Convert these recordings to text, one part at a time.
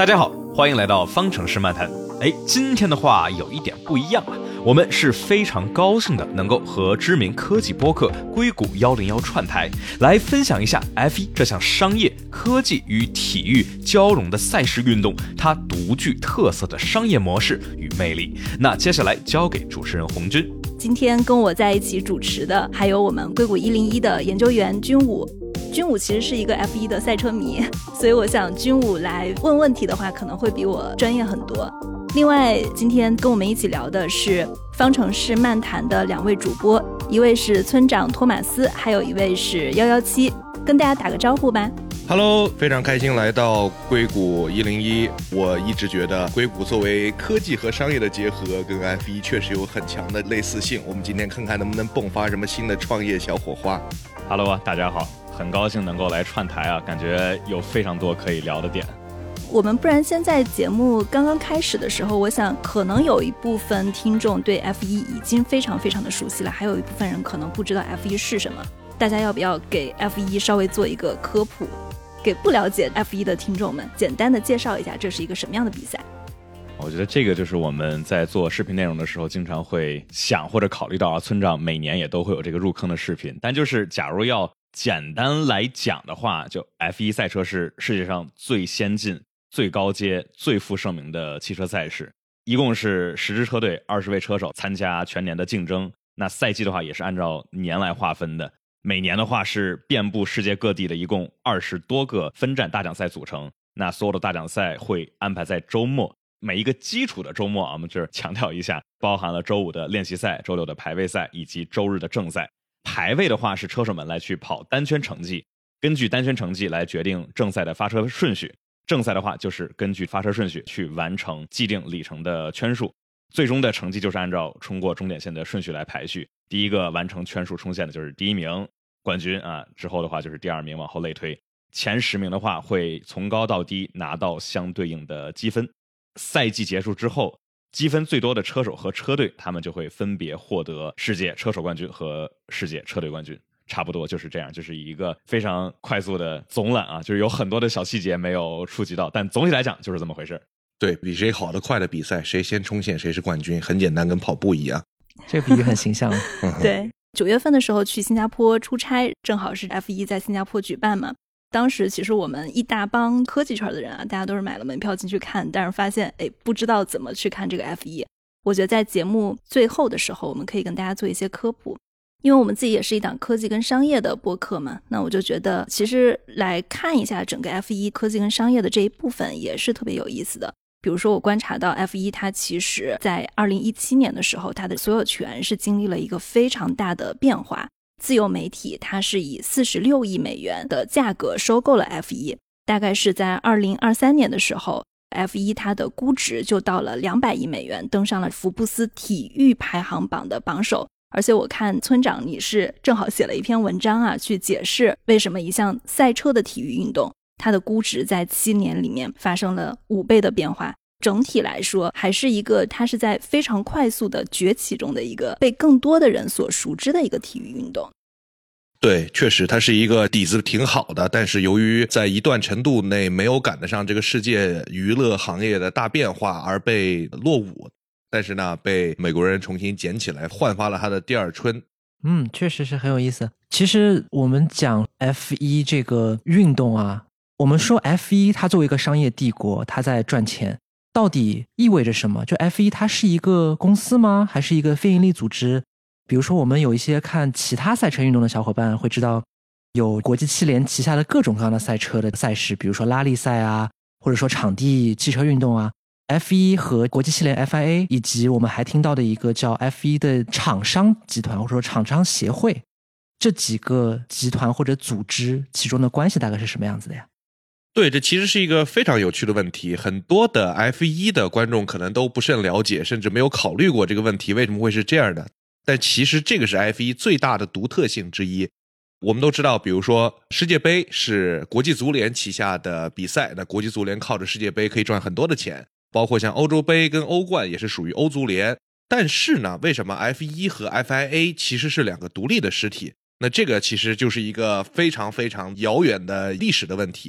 大家好，欢迎来到方程式漫谈。今天的话有一点不一样啊，我们是非常高兴的能够和知名科技播客硅谷101串台，来分享一下 F1 这项商业、科技与体育交融的赛事运动，它独具特色的商业模式与魅力。那接下来交给主持人红军。 今天跟我在一起主持的还有我们硅谷101的研究员军武。军武其实是一个 F1 的赛车迷，所以我想军武来问问题的话可能会比我专业很多。另外今天跟我们一起聊的是方程式漫谈的两位主播，一位是村长托马斯，还有一位是117，跟大家打个招呼吧。 Hello， 非常开心来到硅谷101。我一直觉得硅谷作为科技和商业的结合，跟 F1 确实有很强的类似性。我们今天看看能不能迸发什么新的创业小火花。 Hello 大家好，很高兴能够来串台啊，感觉有非常多可以聊的点。 我们不然先在节目刚刚开始的时候，我想可能有一部分听众对 F1 已经非常非常的熟悉了，还有一部分人可能不知道 F1 是什么。大家要不要给 F1 稍微做一个科普，给不了解 F1 的听众们简单的介绍一下这是一个什么样的比赛？ 我觉得这个就是我们在做视频内容的时候经常会想或者考虑到啊，村长每年也都会有这个入坑的视频，但就是假如要简单来讲的话，就 F1 赛车是世界上最先进、最高阶、最负盛名的汽车赛事，一共是10支车队，20位车手参加全年的竞争。那赛季的话也是按照年来划分的，每年的话是遍布世界各地的一共20多个分站大奖赛组成。那所有的大奖赛会安排在周末，每一个基础的周末啊，我们这儿强调一下，包含了周五的练习赛、周六的排位赛以及周日的正赛。排位的话是车手们来去跑单圈成绩，根据单圈成绩来决定正赛的发车顺序，正赛的话就是根据发车顺序去完成既定里程的圈数，最终的成绩就是按照冲过终点线的顺序来排序，第一个完成圈数冲线的就是第一名冠军啊，之后的话就是第二名往后类推，前10名的话会从高到低拿到相对应的积分。赛季结束之后，积分最多的车手和车队他们就会分别获得世界车手冠军和世界车队冠军，差不多就是这样，就是一个非常快速的总览啊，就是有很多的小细节没有触及到，但总体来讲就是这么回事。 对，比谁跑得快的比赛，谁先冲线谁是冠军，很简单，跟跑步一样。 这个比喻很形象。 对，9月份的时候去新加坡出差，正好是 F1 在新加坡举办嘛。当时其实我们一大帮科技圈的人啊，大家都是买了门票进去看，但是发现不知道怎么去看这个 F1。我觉得在节目最后的时候，我们可以跟大家做一些科普，因为我们自己也是一档科技跟商业的播客嘛，那我就觉得其实来看一下整个 F1 科技跟商业的这一部分也是特别有意思的。比如说我观察到 F1 它其实在2017年的时候，它的所有权是经历了一个非常大的变化，自由媒体它是以46亿美元的价格收购了 F1， 大概是在2023年的时候， F1 它的估值就到了200亿美元，登上了福布斯体育排行榜的榜首。而且我看村长你是正好写了一篇文章啊，去解释为什么一项赛车的体育运动它的估值在7年里面发生了5倍的变化。整体来说还是一个它是在非常快速的崛起中的一个被更多的人所熟知的一个体育运动。 对，确实它是一个底子挺好的，但是由于在一段程度内没有赶得上这个世界娱乐行业的大变化而被落伍，但是呢被美国人重新捡起来，焕发了它的第二春。 确实是很有意思。其实我们讲 F1 这个运动啊，我们说 F1 它作为一个商业帝国，它在赚钱，到底意味着什么？就 F1 它是一个公司吗？还是一个非营利组织？比如说我们有一些看其他赛车运动的小伙伴会知道，有国际汽联旗下的各种各样的赛车的赛事，比如说拉力赛啊，或者说场地汽车运动啊。F1 和国际汽联 FIA 以及我们还听到的一个叫 F1 的厂商集团或者说厂商协会，这几个集团或者组织其中的关系大概是什么样子的呀？ 对，这其实是一个非常有趣的问题，很多的 F1 的观众可能都不甚了解，甚至没有考虑过这个问题为什么会是这样的。但其实这个是 F1 最大的独特性之一。我们都知道，比如说世界杯是国际足联旗下的比赛，那国际足联靠着世界杯可以赚很多的钱，包括像欧洲杯跟欧冠也是属于欧足联。但是呢，为什么 F1 和 FIA 其实是2个独立的实体？那这个其实就是一个非常非常遥远的历史的问题。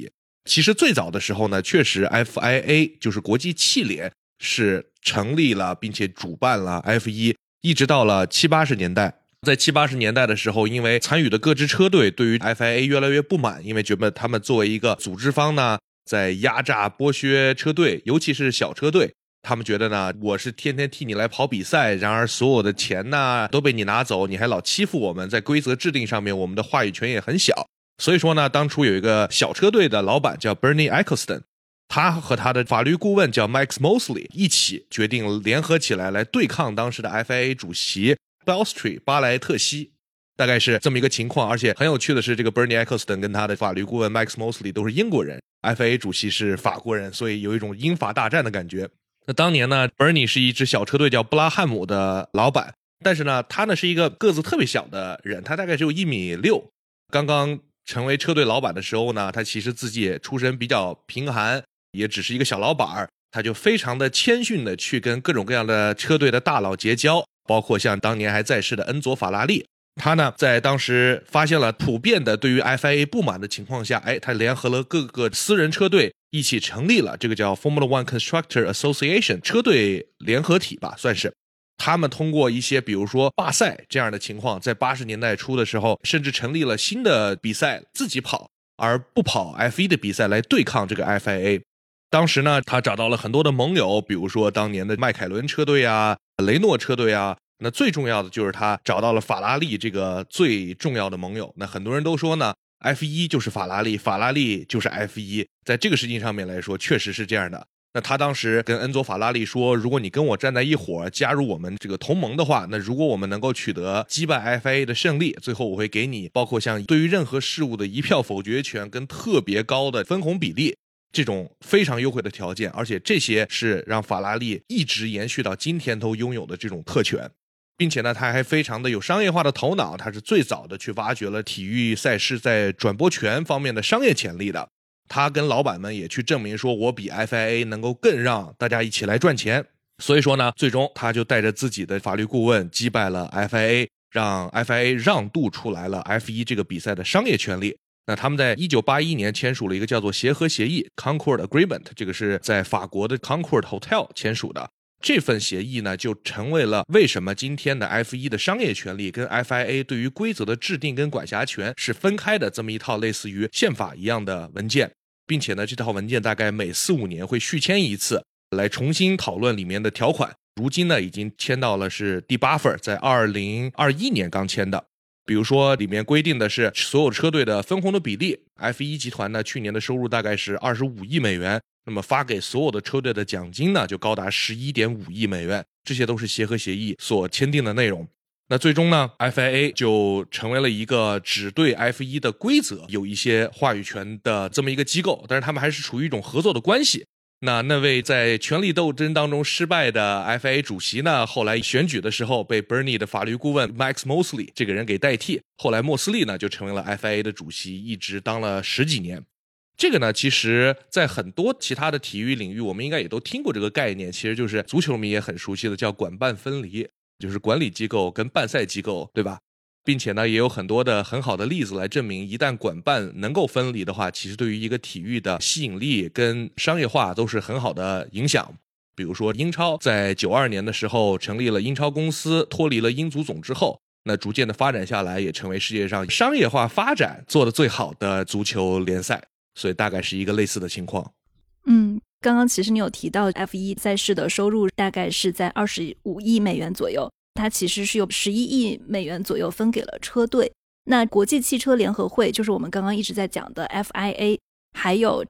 其实最早的时候呢，确实 FIA 就是国际汽联是成立了并且主办了 F1， 一直到了70、80年代。在70、80年代的时候，因为参与的各支车队对于 FIA 越来越不满，因为觉得他们作为一个组织方呢，在压榨剥削车队，尤其是小车队。他们觉得呢，我是天天替你来跑比赛，然而所有的钱呢都被你拿走，你还老欺负我们，在规则制定上面我们的话语权也很小。所以说呢，当初有一个小车队的老板叫 Bernie Ecclestone， 他和他的法律顾问叫 Mike Mosley 一起决定联合起来来对抗当时的 FIA 主席 Balstri 巴莱特西，大概是这么一个情况。而且很有趣的是，这个 Bernie Ecclestone 跟他的法律顾问 Mike Mosley 都是英国人， FIA 主席是法国人，所以有一种英法大战的感觉。那当年呢 Bernie 是一支小车队叫布拉汉姆的老板，但是呢他呢是一个个子特别小的人，他大概只有1.6米。刚刚成为车队老板的时候呢，他其实自己也出身比较贫寒，也只是一个小老板，他就非常的谦逊的去跟各种各样的车队的大佬结交，包括像当年还在世的恩佐法拉利。他呢在当时发现了普遍的对于 FIA 不满的情况下，他联合了各个私人车队一起成立了这个叫 Formula One Constructor Association 车队联合体吧，算是。他们通过一些比如说罢赛这样的情况，在80年代初的时候甚至成立了新的比赛，自己跑而不跑 F1 的比赛来对抗这个 FIA。 当时呢他找到了很多的盟友，比如说当年的迈凯伦车队啊，雷诺车队啊，那最重要的就是他找到了法拉利这个最重要的盟友。那很多人都说呢F1 就是法拉利，法拉利就是 F1， 在这个事情上面来说确实是这样的。那他当时跟恩佐法拉利说，如果你跟我站在一伙加入我们这个同盟的话，那如果我们能够取得击败 FIA 的胜利，最后我会给你包括像对于任何事物的1票否决权跟特别高的分红比例，这种非常优惠的条件，而且这些是让法拉利一直延续到今天都拥有的这种特权。并且呢他还非常的有商业化的头脑，他是最早的去挖掘了体育赛事在转播权方面的商业潜力的。他跟老板们也去证明说，我比 FIA 能够更让大家一起来赚钱。所以说呢最终他就带着自己的法律顾问击败了 FIA， 让 FIA 让渡出来了 F1 这个比赛的商业权利。那他们在1981年签署了一个叫做协和协议 Concord Agreement， 这个是在法国的 Concord Hotel 签署的。这份协议呢就成为了为什么今天的 F1 的商业权利跟 FIA 对于规则的制定跟管辖权是分开的这么一套类似于宪法一样的文件。并且呢这套文件大概每4、5年会续签一次，来重新讨论里面的条款。如今呢已经签到了是第8份，在2021年刚签的。比如说里面规定的是所有车队的分红的比例， F1 集团呢去年的收入大概是25亿美元，那么发给所有的车队的奖金呢就高达11.5亿美元，这些都是协和协议所签订的内容。那最终呢 FIA 就成为了一个只对 F1 的规则有一些话语权的这么一个机构，但是他们还是处于一种合作的关系。那位在权力斗争当中失败的 FIA 主席呢，后来选举的时候被 Bernie 的法律顾问 Mike Mosley 这个人给代替，后来莫斯利呢就成为了 FIA 的主席，一直当了10几年。这个呢其实在很多其他的体育领域我们应该也都听过这个概念，其实就是足球迷也很熟悉的叫管办分离，就是管理机构跟办赛机构，对吧？并且呢也有很多的很好的例子来证明，一旦管办能够分离的话，其实对于一个体育的吸引力跟商业化都是很好的影响。比如说英超在92年的时候成立了英超公司，脱离了英足总之后，那逐渐的发展下来，也成为世界上商业化发展做得最好的足球联赛，所以大概是一个类似的情况。 刚刚其实你有提到 F1 赛事的收入大概是在25亿美元左右，它其实是有11亿美元左右分给了车队。那国际汽车联合会就是我们刚刚一直在讲的 FIA， 还有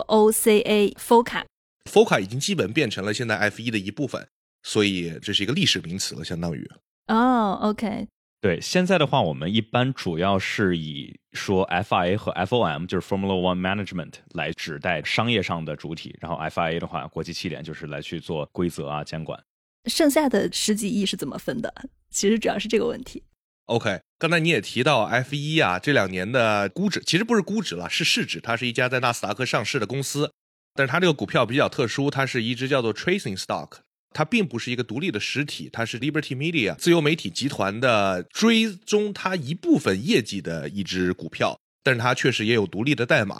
FOCA 已经基本变成了现在 F1 的一部分，所以这是一个历史名词了，相当于。 OK。 对，现在的话我们一般主要是以说 FIA 和 FOM 就是 Formula One Management 来指代商业上的主体，然后 FIA 的话国际汽联就是来去做规则啊监管。 剩下的10几亿是怎么分的？其实主要是这个问题。 OK， 刚才你也提到 F1 啊，这2年的估值其实不是估值了，是市值，它是一家在纳斯达克上市的公司，但是它这个股票比较特殊，它是一只叫做 Tracing Stock， 它并不是一个独立的实体，它是 Liberty Media 自由媒体集团的追踪它一部分业绩的一只股票，但是它确实也有独立的代码。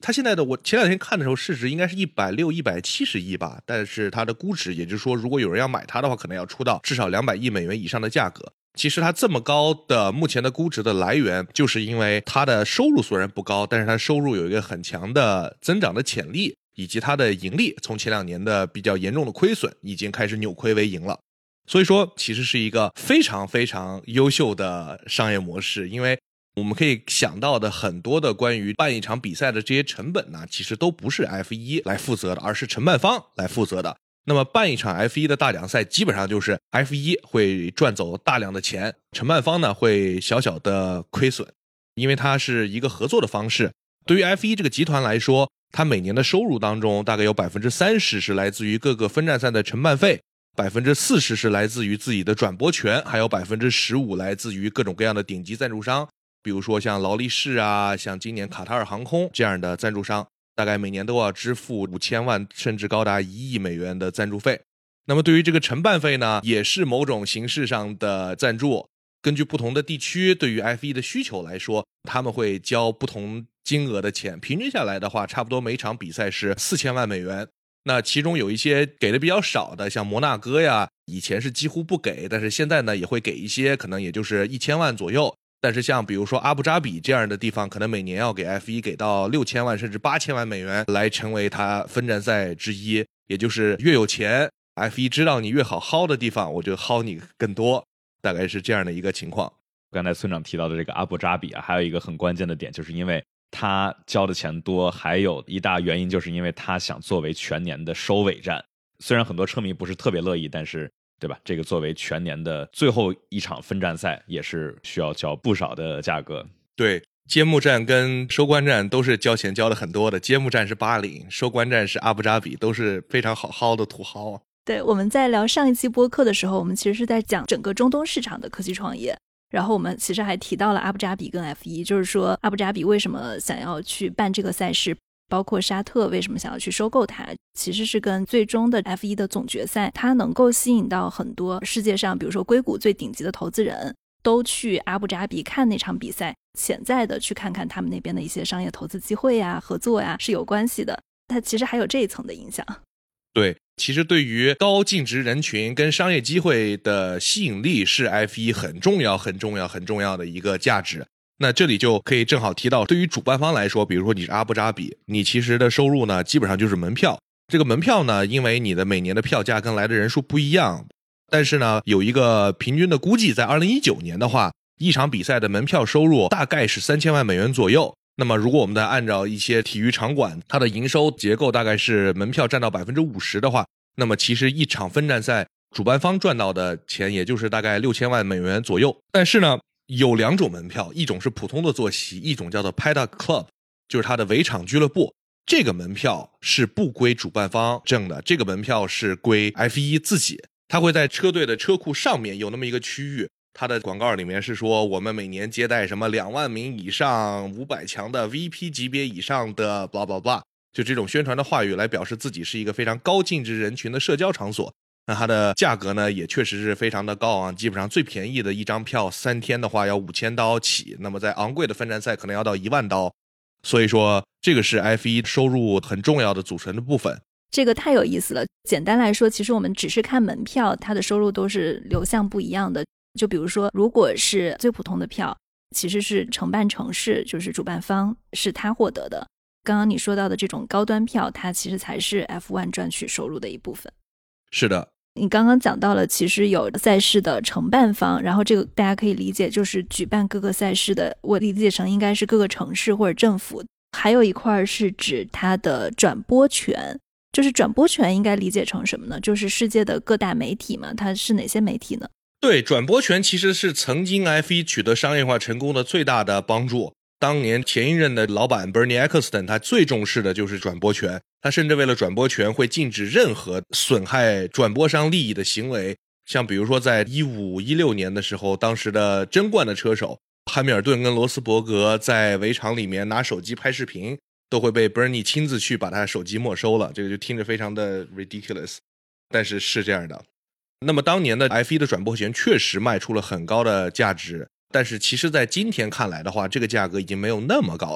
它现在的我前2天看的时候市值应该是160、170亿吧，但是它的估值，也就是说如果有人要买它的话，可能要出到至少200亿美元以上的价格。其实它这么高的目前的估值的来源，就是因为它的收入虽然不高，但是它收入有一个很强的增长的潜力，以及它的盈利从前2年的比较严重的亏损已经开始扭亏为盈了。所以说其实是一个非常非常优秀的商业模式，因为我们可以想到的很多的关于办一场比赛的这些成本呢，其实都不是 F1 来负责的，而是承办方来负责的。那么办一场 F1 的大奖赛，基本上就是 F1 会赚走大量的钱，承办方呢会小小的亏损，因为它是一个合作的方式。对于 F1 这个集团来说，它每年的收入当中大概有 30% 是来自于各个分站赛的承办费， 40% 是来自于自己的转播权，还有 15% 来自于各种各样的顶级赞助商，比如说像劳力士啊，像今年卡塔尔航空这样的赞助商，大概每年都要支付5000万甚至高达1亿美元的赞助费。那么对于这个承办费呢，也是某种形式上的赞助。根据不同的地区对于 F1 的需求来说，他们会交不同金额的钱，平均下来的话差不多每场比赛是4000万美元。那其中有一些给的比较少的，像摩纳哥呀，以前是几乎不给，但是现在呢也会给一些，可能也就是1000万左右。但是像比如说阿布扎比这样的地方，可能每年要给 F1 给到6000万甚至8000万美元来成为它分站赛之一，也就是越有钱 F1 知道你越好薅的地方，我就薅你更多，大概是这样的一个情况。 刚才村长提到的这个阿布扎比啊，还有一个很关键的点，就是因为他交的钱多，还有一大原因就是因为他想作为全年的收尾战。虽然很多车迷不是特别乐意，但是对吧？这个作为全年的最后一场分站赛，也是需要交不少的价格。 对，揭幕战跟收官战都是交钱交的很多的，揭幕战是巴林，收官战是阿布扎比，都是非常好薅的土豪啊。 对，我们在聊上一期播客的时候，我们其实是在讲整个中东市场的科技创业，然后我们其实还提到了阿布扎比跟 F1， 就是说阿布扎比为什么想要去办这个赛事，包括沙特为什么想要去收购它，其实是跟最终的 F1 的总决赛，它能够吸引到很多世界上比如说硅谷最顶级的投资人都去阿布扎比看那场比赛，潜在的去看看他们那边的一些商业投资机会呀、合作呀是有关系的，它其实还有这一层的影响。 对，其实对于高净值人群跟商业机会的吸引力是 F1 很重要很重要很重要的一个价值。那这里就可以正好提到，对于主办方来说，比如说你是阿布扎比，你其实的收入呢基本上就是门票。这个门票呢，因为你的每年的票价跟来的人数不一样，但是呢有一个平均的估计，在2019年的话，一场比赛的门票收入大概是3000万美元左右。那么如果我们再按照一些体育场馆它的营收结构大概是门票占到 50% 的话，那么其实一场分站赛主办方赚到的钱也就是大概6000万美元左右。但是呢有2种门票，一种是普通的坐席，一种叫做 Paddock Club， 就是它的围场俱乐部。这个门票是不归主办方挣的，这个门票是归 F1 自己，它会在车队的车库上面有那么一个区域，它的广告里面是说我们每年接待什么2万名以上500强的 VP 级别以上的 blah blah blah， 就这种宣传的话语来表示自己是一个非常高净值人群的社交场所。那它的价格呢也确实是非常的高昂，基本上最便宜的一张票3天的话要5000刀起，那么在昂贵的分站赛可能要到1万刀。所以说这个是 F1 收入很重要的组成的部分。 这个太有意思了。简单来说，其实我们只是看门票，它的收入都是流向不一样的。就比如说如果是最普通的票，其实是承办城市，就是主办方是他获得的。刚刚你说到的这种高端票，它其实才是 F1 赚取收入的一部分。 是的， 你刚刚讲到了其实有赛事的承办方，然后这个大家可以理解就是举办各个赛事的，我理解成应该是各个城市或者政府。还有一块是指它的转播权，就是转播权应该理解成什么呢？就是世界的各大媒体嘛，它是哪些媒体呢？ 对，转播权其实是曾经 F1 取得商业化成功的最大的帮助。当年前一任的老板 Bernie Ecclestone 他最重视的就是转播权，他甚至为了转播权会禁止任何损害转播商利益的行为。像比如说在15-16年的时候，当时的争冠的车手汉密尔顿跟罗斯伯格在围场里面拿手机拍视频，都会被 Bernie 亲自去把他手机没收了，这个就听着非常的 ridiculous， 但是是这样的。那么当年的 F1 的转播权确实卖出了很高的价值，但是其实在今天看来的话，这个价格已经没有那么高了。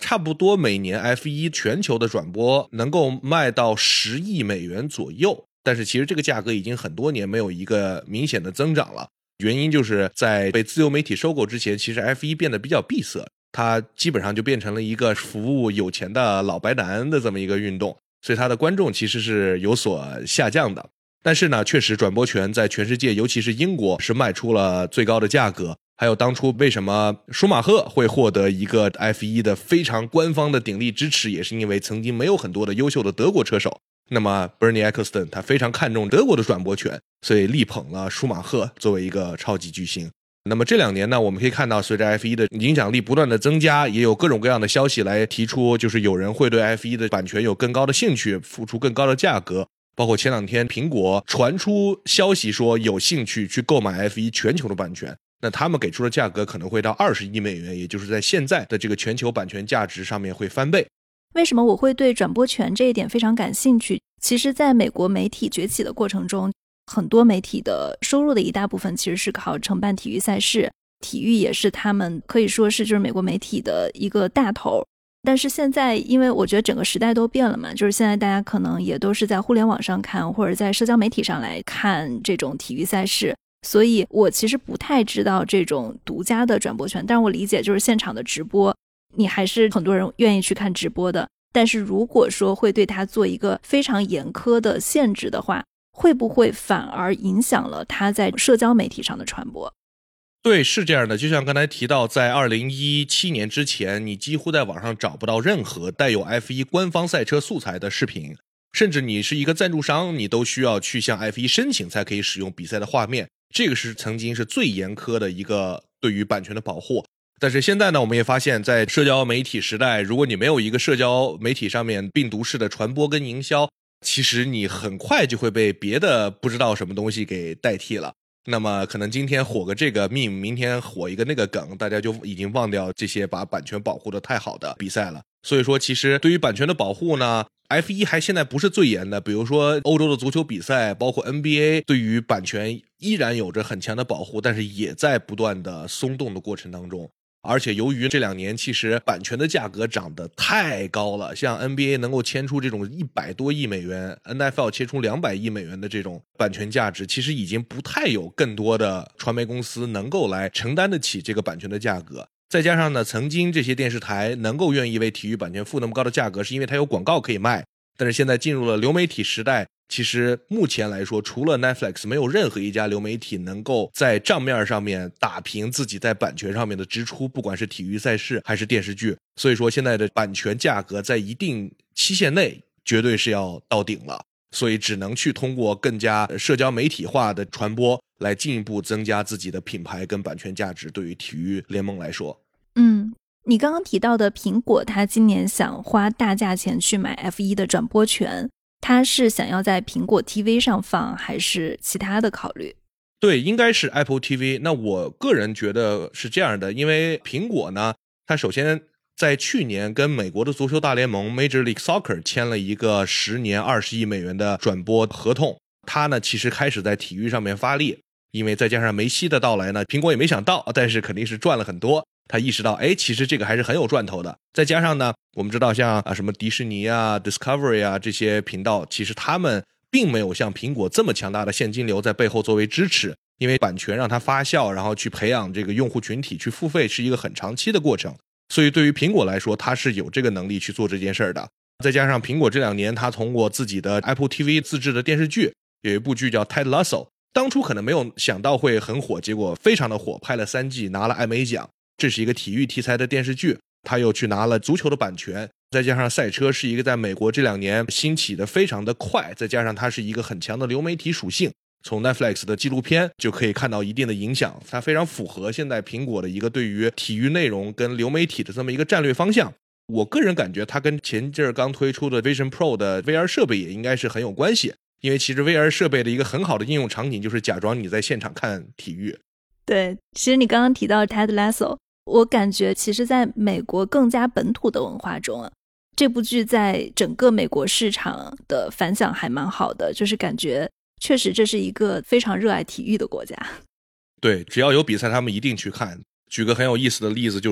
差不多每年 F1 全球的转播能够卖到10亿美元左右，但是其实这个价格已经很多年没有一个明显的增长了。原因就是在被自由媒体收购之前，其实 F1 变得比较闭塞，它基本上就变成了一个服务有钱的老白男的这么一个运动，所以它的观众其实是有所下降的。但是呢，确实转播权在全世界，尤其是英国是卖出了最高的价格。还有当初为什么舒马赫会获得一个 F1 的非常官方的鼎力支持，也是因为曾经没有很多的优秀的德国车手。那么 Bernie Ecclestone 他非常看重德国的转播权，所以力捧了舒马赫作为一个超级巨星。那么这2年呢，我们可以看到随着 F1 的影响力不断的增加，也有各种各样的消息来提出，就是有人会对 F1 的版权有更高的兴趣，付出更高的价格。包括前2天苹果传出消息说有兴趣去购买 F1 全球的版权，那他们给出的价格可能会到20亿美元，也就是在现在的这个全球版权价值上面会翻倍。 为什么我会对转播权这一点非常感兴趣？其实在美国媒体崛起的过程中，很多媒体的收入的一大部分其实是靠承办体育赛事，体育也是他们可以说是就是美国媒体的一个大头。但是现在因为我觉得整个时代都变了嘛，就是现在大家可能也都是在互联网上看，或者在社交媒体上来看这种体育赛事，所以我其实不太知道这种独家的转播权。但是我理解就是现场的直播，你还是很多人愿意去看直播的，但是如果说会对它做一个非常严苛的限制的话，会不会反而影响了它在社交媒体上的传播？ 对，是这样的，就像刚才提到，在2017年之前，你几乎在网上找不到任何带有 F1 官方赛车素材的视频，甚至你是一个赞助商，你都需要去向 F1 申请才可以使用比赛的画面，这个是曾经是最严苛的一个对于版权的保护。但是现在呢，我们也发现在社交媒体时代，如果你没有一个社交媒体上面病毒式的传播跟营销，其实你很快就会被别的不知道什么东西给代替了。那么可能今天火个这个 meme， 明天火一个那个梗，大家就已经忘掉这些把版权保护的太好的比赛了。所以说其实对于版权的保护呢， F1 还现在不是最严的，比如说欧洲的足球比赛，包括 NBA 对于版权依然有着很强的保护，但是也在不断的松动的过程当中。而且由于这2年其实版权的价格涨得太高了，像 NBA 能够签出这种100多亿美元， NFL 签出200亿美元的这种版权价值，其实已经不太有更多的传媒公司能够来承担得起这个版权的价格。再加上呢，曾经这些电视台能够愿意为体育版权付那么高的价格，是因为它有广告可以卖。但是现在进入了流媒体时代，其实目前来说，除了 Netflix， 没有任何一家流媒体能够在账面上面打平自己在版权上面的支出，不管是体育赛事还是电视剧。所以说现在的版权价格在一定期限内绝对是要到顶了，所以只能去通过更加社交媒体化的传播来进一步增加自己的品牌跟版权价值，对于体育联盟来说。 你刚刚提到的苹果，它今年想花大价钱去买 F1 的转播权，它是想要在苹果 TV 上放，还是其他的考虑？ 对，应该是 Apple TV。那我个人觉得是这样的，因为苹果呢，它首先在去年跟美国的足球大联盟 Major League Soccer 签了一个10年20亿美元的转播合同，它呢其实开始在体育上面发力，因为再加上梅西的到来呢，苹果也没想到，但是肯定是赚了很多。他意识到，其实这个还是很有赚头的。再加上呢，我们知道像什么迪士尼啊、Discovery 啊这些频道，其实他们并没有像苹果这么强大的现金流在背后作为支持，因为版权让它发酵，然后去培养这个用户群体去付费是一个很长期的过程。所以对于苹果来说，它是有这个能力去做这件事的。再加上苹果这2年，它通过自己的 Apple TV 自制的电视剧，有一部剧叫 Ted Lasso， 当初可能没有想到会很火，结果非常的火，拍了3季，拿了艾美奖。这是一个体育题材的电视剧，他又去拿了足球的版权，再加上赛车是一个在美国这2年兴起的非常的快，再加上它是一个很强的流媒体属性，从 Netflix 的纪录片就可以看到一定的影响，它非常符合现在苹果的一个对于体育内容跟流媒体的这么一个战略方向。我个人感觉它跟前阵刚推出的 Vision Pro 的 VR 设备也应该是很有关系，因为其实 VR 设备的一个很好的应用场景就是假装你在现场看体育。 对，其实你刚刚提到 Ted Lasso，我感觉其实在美国更加本土的文化中，这部剧在整个美国市场的反响还蛮好的，就是感觉确实这是一个非常热爱体育的国家。 对，只要有比赛他们一定去看。举个很有意思的例子，就是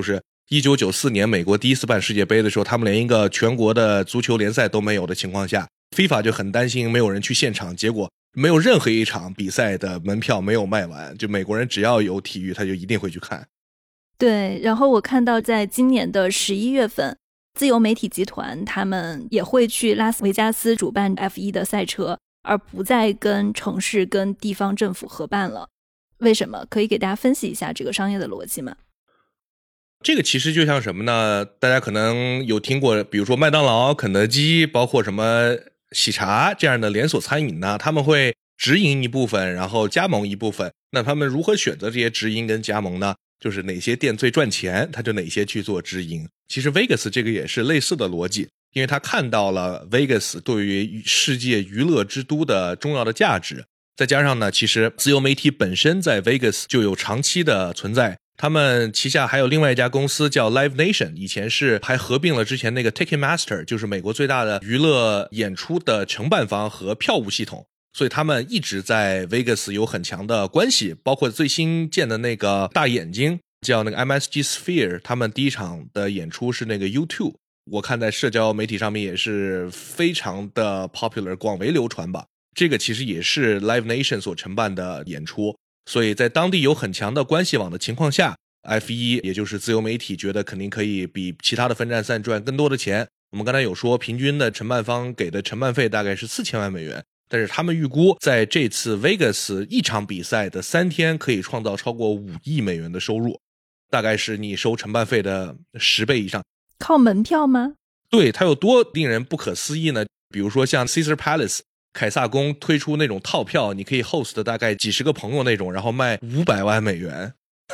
1994年美国第一次办世界杯的时候，他们连一个全国的足球联赛都没有的情况下， FIFA 就很担心没有人去现场，结果没有任何一场比赛的门票没有卖完，就美国人只要有体育他就一定会去看。 对，然后我看到在今年的11月份，自由媒体集团他们也会去拉斯维加斯主办 F1 的赛车，而不再跟城市跟地方政府合办了。为什么？可以给大家分析一下这个商业的逻辑吗？ 这个其实就像什么呢？大家可能有听过，比如说麦当劳、肯德基，包括什么喜茶这样的连锁餐饮呢，他们会直营一部分，然后加盟一部分。那他们如何选择这些直营跟加盟呢？就是哪些店最赚钱，他就哪些去做直营。其实 Vegas 这个也是类似的逻辑，因为他看到了 Vegas 对于世界娱乐之都的重要的价值。再加上呢，其实自由媒体本身在 Vegas 就有长期的存在，他们旗下还有另外一家公司叫 Live Nation， 以前是还合并了之前那个 Ticketmaster， 就是美国最大的娱乐演出的承办方和票务系统，所以他们一直在 Vegas 有很强的关系，包括最新建的那个大眼睛叫那个 MSG Sphere， 他们第一场的演出是那个 U2， 我看在社交媒体上面也是非常的 popular， 广为流传吧。这个其实也是 Live Nation 所承办的演出，所以在当地有很强的关系网的情况下， F1 也就是自由媒体觉得肯定可以比其他的分站赛赚更多的钱。我们刚才有说平均的承办方给的承办费大概是4000万美元，但是他们预估在这次 Vegas 一场比赛的3天可以创造超过5亿美元的收入，大概是你收承办费的10倍以上。 靠门票吗？ 对，它有多令人不可思议呢？比如说像 Caesar Palace凯撒宫推出那种套票，你可以 host 大概几十个朋友那种，然后卖500万美元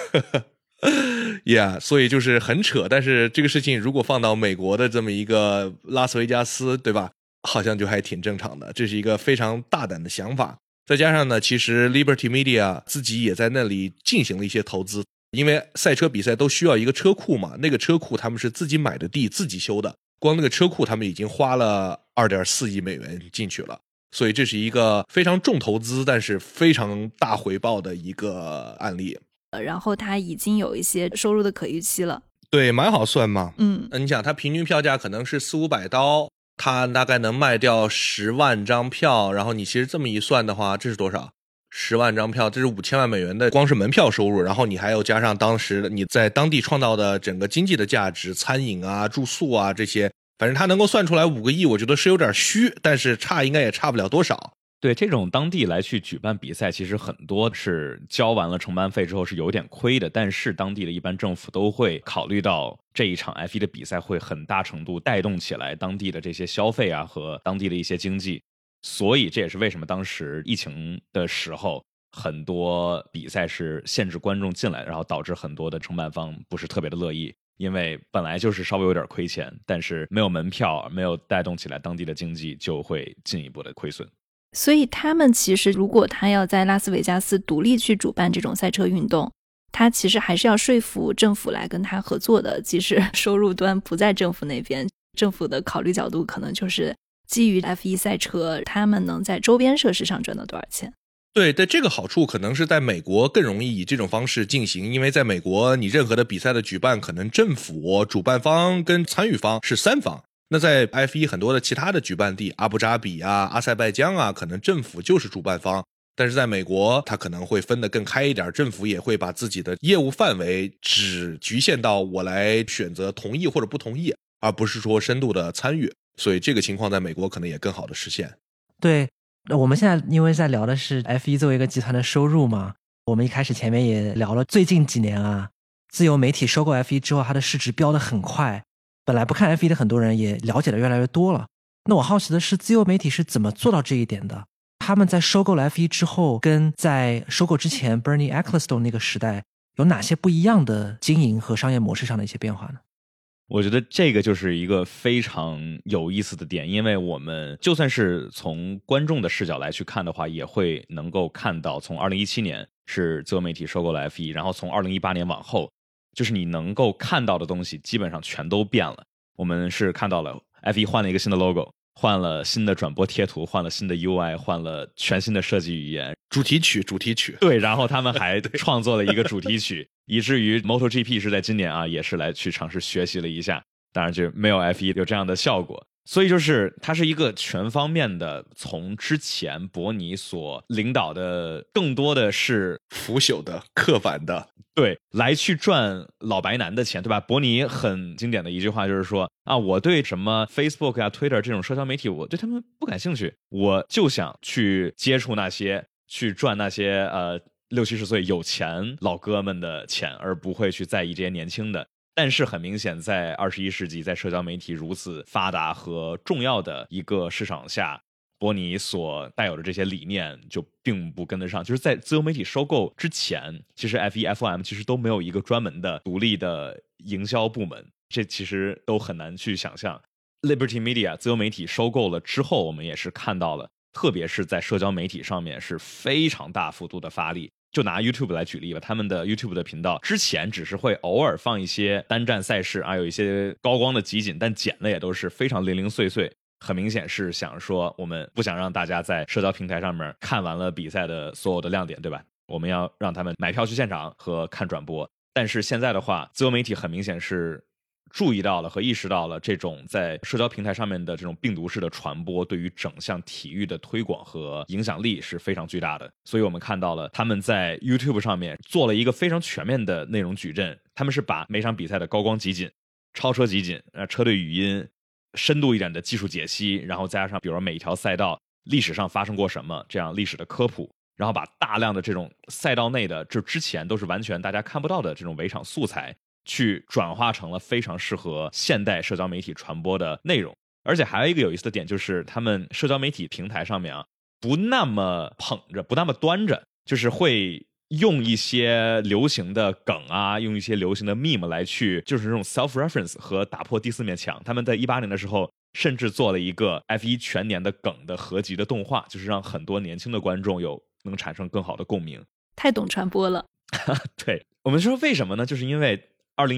yeah， 所以就是很扯。但是这个事情如果放到美国的这么一个拉斯维加斯，对吧，好像就还挺正常的，这是一个非常大胆的想法。再加上呢，其实 Liberty Media 自己也在那里进行了一些投资，因为赛车比赛都需要一个车库嘛，那个车库他们是自己买的地自己修的，光那个车库他们已经花了2.4亿美元进去了，所以这是一个非常重投资但是非常大回报的一个案例。 然后它已经有一些收入的可预期了。 对，蛮好算嘛。你想它平均票价可能是400-500刀，它大概能卖掉10万张票，然后你其实这么一算的话，这是多少？10万张票，这是5000万美元的光是门票收入，然后你还要加上当时你在当地创造的整个经济的价值，餐饮啊、住宿啊这些，反正它能够算出来5个亿，我觉得是有点虚，但是差应该也差不了多少。 对，这种当地来去举办比赛，其实很多是交完了承办费之后是有点亏的，但是当地的一般政府都会考虑到这一场 F1 的比赛会很大程度带动起来当地的这些消费啊和当地的一些经济，所以这也是为什么当时疫情的时候很多比赛是限制观众进来，然后导致很多的承办方不是特别的乐意，因为本来就是稍微有点亏钱，但是没有门票，没有带动起来当地的经济，就会进一步的亏损。 所以他们其实如果他要在拉斯维加斯独立去主办这种赛车运动，他其实还是要说服政府来跟他合作的，即使收入端不在政府那边，政府的考虑角度可能就是基于 F1 赛车他们能在周边设施上赚到多少钱。 对，但这个好处可能是在美国更容易以这种方式进行，因为在美国你任何的比赛的举办，可能政府、主办方跟参与方是3方。那在 F1 很多的其他的举办地，阿布扎比啊、阿塞拜疆啊，可能政府就是主办方，但是在美国它可能会分得更开一点，政府也会把自己的业务范围只局限到我来选择同意或者不同意，而不是说深度的参与，所以这个情况在美国可能也更好的实现。 对，我们现在因为在聊的是 F1 作为一个集团的收入嘛，我们一开始前面也聊了最近几年啊，自由媒体收购 F1 之后，它的市值飙得很快，本来不看 F1 的很多人也了解的越来越多了。那我好奇的是，自由媒体是怎么做到这一点的？他们在收购了 F1 之后，跟在收购之前 Bernie Ecclestone 那个时代有哪些不一样的经营和商业模式上的一些变化呢？ 我觉得这个就是一个非常有意思的点，因为我们就算是从观众的视角来去看的话，也会能够看到从2017年是自由媒体收购了 F1， 然后从2018年往后，就是你能够看到的东西基本上全都变了。我们是看到了 F1 换了一个新的 logo， 换了新的转播贴图，换了新的 UI， 换了全新的设计语言， 主题曲对，然后他们还创作了一个主题曲以至于 MotoGP 是在今年啊，也是来去尝试学习了一下，当然就没有 F1 有这样的效果。所以就是它是一个全方面的，从之前伯尼所领导的更多的是腐朽的、刻板的， 对，来去赚老白男的钱，对吧？伯尼很经典的一句话就是说啊，我对什么 Facebook 啊、Twitter 这种社交媒体，我对他们不感兴趣，我就想去接触那些，去赚那些60-70岁有钱老哥们的钱，而不会去在意这些年轻的。但是很明显，在21世纪，在社交媒体如此发达和重要的一个市场下，伯尼所带有的这些理念就并不跟得上。就是在自由媒体收购之前，其实 F1、F1 其实都没有一个专门的独立的营销部门，这其实都很难去想象。Liberty Media 自由媒体收购了之后，我们也是看到了，特别是在社交媒体上面是非常大幅度的发力。就拿 YouTube 来举例吧，他们的 YouTube 的频道之前只是会偶尔放一些单站赛事啊，有一些高光的集锦，但剪的也都是非常零零碎碎，很明显是想说我们不想让大家在社交平台上面看完了比赛的所有的亮点，对吧？我们要让他们买票去现场和看转播。但是现在的话，自由媒体很明显是注意到了和意识到了这种在社交平台上面的这种病毒式的传播对于整项体育的推广和影响力是非常巨大的。所以我们看到了他们在 YouTube 上面做了一个非常全面的内容矩阵，他们是把每场比赛的高光集锦、超车集锦、车队语音、深度一点的技术解析，然后再加上比如说每一条赛道历史上发生过什么这样历史的科普，然后把大量的这种赛道内的就之前都是完全大家看不到的这种围场素材去转化成了非常适合现代社交媒体传播的内容。而且还有一个有意思的点，就是他们社交媒体平台上面啊，不那么捧着，不那么端着，就是会用一些流行的梗啊，用一些流行的 meme 来去就是这种 self-reference 和打破第四面墙。他们在18年的时候甚至做了一个 F1 全年的梗的合集的动画，就是让很多年轻的观众能产生更好的共鸣。 太懂传播了。 对，我们说为什么呢？就是因为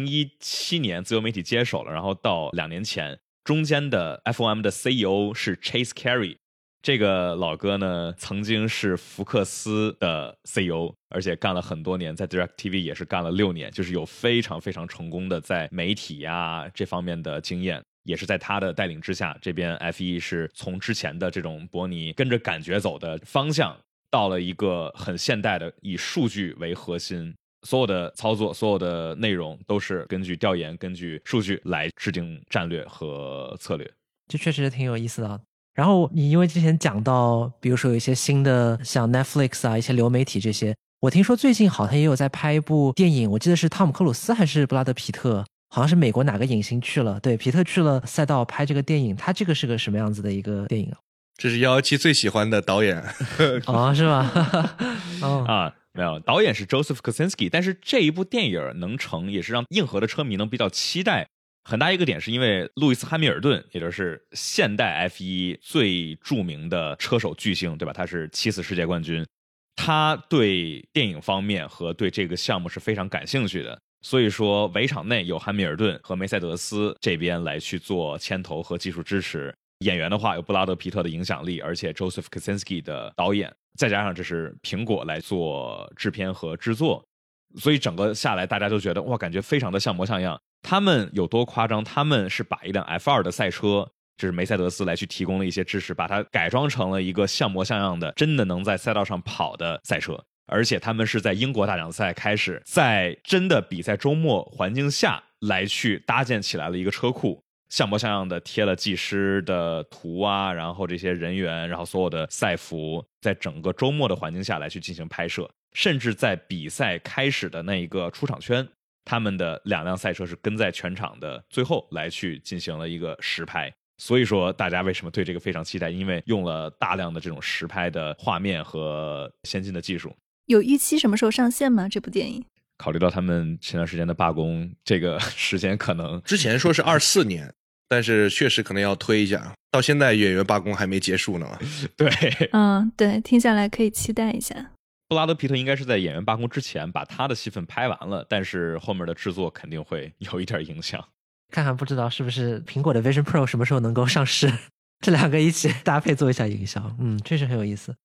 2017年自由媒体接手了，然后到2年前，中间的 FOM 的 CEO 是 Chase Carey， 这个老哥呢曾经是福克斯的 CEO， 而且干了很多年，在 DirecTV 也是干了6年，就是有非常非常成功的在媒体啊这方面的经验。也是在他的带领之下，这边 F1 是从之前的这种伯尼跟着感觉走的方向，到了一个很现代的以数据为核心，所有的操作、所有的内容都是根据调研、根据数据来制定战略和策略。 这确实挺有意思的。然后你因为之前讲到，比如说有一些新的像 Netflix 啊，一些流媒体这些，我听说最近好像也有在拍一部电影，我记得是汤姆克鲁斯还是布拉德皮特，好像是美国哪个影星去了，对，皮特去了赛道拍这个电影。他这个是个什么样子的一个电影啊？ 这是117最喜欢的导演哦，是吧？哦啊，没有，导演是 Joseph Kosinski， 但是这一部电影能成，也是让硬核的车迷能比较期待。很大一个点是因为路易斯·汉密尔顿，也就是现代 F1 最著名的车手巨星，对吧？他是7次世界冠军，他对电影方面和对这个项目是非常感兴趣的。所以说围场内有汉密尔顿和梅赛德斯这边来去做牵头和技术支持，演员的话有布拉德皮特的影响力，而且 Joseph Kosinski 的导演，再加上这是苹果来做制片和制作，所以整个下来大家都觉得哇，感觉非常的像模像样。他们有多夸张？他们是把一辆 F2 的赛车，就是梅赛德斯来去提供了一些支持，把它改装成了一个像模像样的真的能在赛道上跑的赛车。而且他们是在英国大奖赛开始，在真的比赛周末环境下来去搭建起来了一个车库，像模像样的贴了技师的图啊，然后这些人员，然后所有的赛服，在整个周末的环境下来去进行拍摄。甚至在比赛开始的那一个出场圈，他们的2辆赛车是跟在全场的最后来去进行了一个实拍。所以说大家为什么对这个非常期待，因为用了大量的这种实拍的画面和先进的技术。 有预期什么时候上线吗？这部电影考虑到他们前段时间的罢工，这个时间可能之前说是24年，但是确实可能要推一下，到现在演员罢工还没结束呢。 对， 对，听下来可以期待一下。 布拉德皮特应该是在演员罢工之前把他的戏份拍完了，但是后面的制作肯定会有一点影响。 看看不知道是不是苹果的 Vision Pro 什么时候能够上市，这2个一起搭配做一下营销，确实很有意思。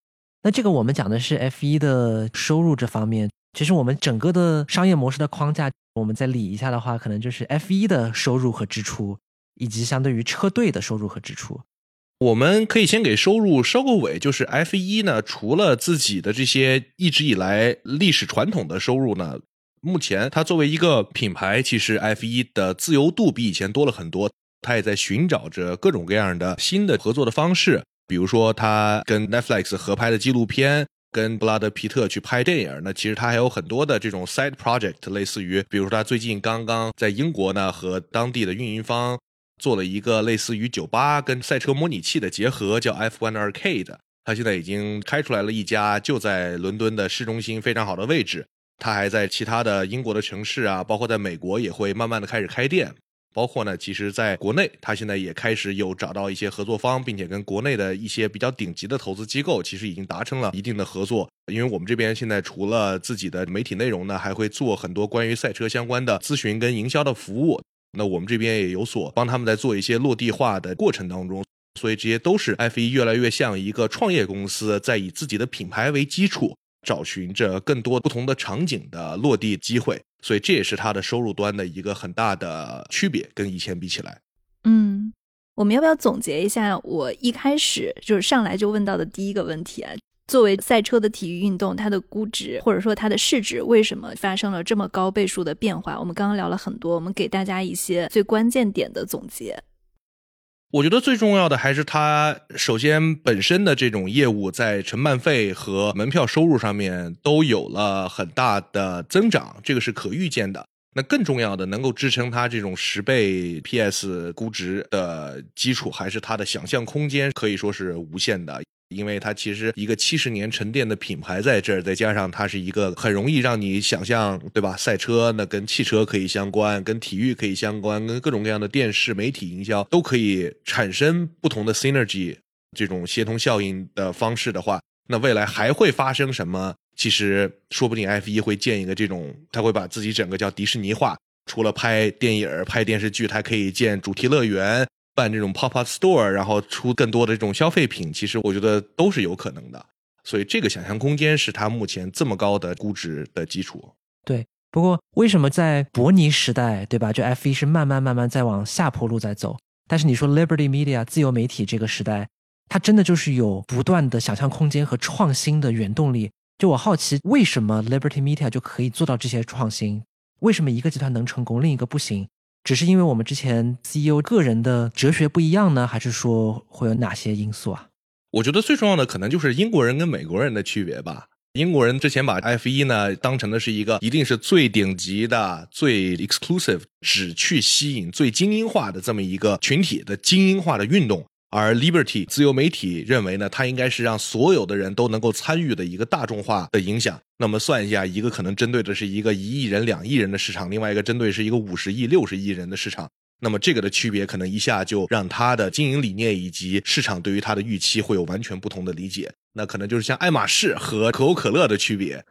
那这个我们讲的是 F1 的收入这方面，其实我们整个的商业模式的框架，我们再理一下的话，可能就是 F1 的收入和支出，以及相对于车队的收入和支出。 我们可以先给收入收个尾，就是 F1 呢，除了自己的这些一直以来历史传统的收入呢，目前它作为一个品牌，其实 F1 的自由度比以前多了很多，它也在寻找着各种各样的新的合作的方式，比如说它跟 Netflix 合拍的纪录片，跟布拉德皮特去拍电影，那其实他还有很多的这种 side project， 类似于比如说他最近刚刚在英国呢和当地的运营方做了一个类似于酒吧跟赛车模拟器的结合，叫 F1 Arcade， 他现在已经开出来了一家，就在伦敦的市中心非常好的位置，他还在其他的英国的城市啊，包括在美国也会慢慢的开始开店，包括呢，其实在国内他现在也开始有找到一些合作方，并且跟国内的一些比较顶级的投资机构其实已经达成了一定的合作。因为我们这边现在除了自己的媒体内容呢，还会做很多关于赛车相关的咨询跟营销的服务，那我们这边也有所帮他们在做一些落地化的过程当中，所以这些都是 F1 越来越像一个创业公司，在以自己的品牌为基础找寻着更多不同的场景的落地机会，所以这也是它的收入端的一个很大的区别，跟以前比起来。 我们要不要总结一下我一开始就是上来就问到的第一个问题啊？作为赛车的体育运动，它的估值或者说它的市值为什么发生了这么高倍数的变化？我们刚刚聊了很多，我们给大家一些最关键点的总结。 我觉得最重要的还是它首先本身的这种业务在承办费和门票收入上面都有了很大的增长，这个是可预见的。那更重要的能够支撑它这种10倍 PS 估值的基础，还是它的想象空间可以说是无限的，因为它其实一个70年沉淀的品牌在这儿，再加上它是一个很容易让你想象，对吧？赛车那跟汽车可以相关，跟体育可以相关，跟各种各样的电视媒体营销都可以产生不同的 synergy 这种协同效应的方式的话，那未来还会发生什么？其实说不定 F1 会建一个这种，他会把自己整个叫迪士尼化，除了拍电影拍电视剧，它可以建主题乐园，办这种 pop-up store， 然后出更多的这种消费品，其实我觉得都是有可能的，所以这个想象空间是它目前这么高的估值的基础。 对，不过为什么在伯尼时代，对吧，就 F1 是慢慢在往下坡路在走，但是你说 Liberty Media 自由媒体这个时代，它真的就是有不断的想象空间和创新的原动力。就我好奇，为什么 Liberty Media 就可以做到这些创新？为什么一个集团能成功，另一个不行？只是因为我们之前 CEO 个人的哲学不一样呢，还是说会有哪些因素啊？ 我觉得最重要的可能就是英国人跟美国人的区别吧。英国人之前把 F1 呢当成的是一个一定是最顶级的、最 exclusive， 只去吸引最精英化的这么一个群体的精英化的运动。而 Liberty 自由媒体认为呢，它应该是让所有的人都能够参与的一个大众化的影响。那么算一下，一个可能针对的是一个1亿人、2亿人的市场，另外一个针对是一个50亿、60亿人的市场。那么这个的区别可能一下就让它的经营理念以及市场对于它的预期会有完全不同的理解。那可能就是像爱马仕和可口可乐的区别。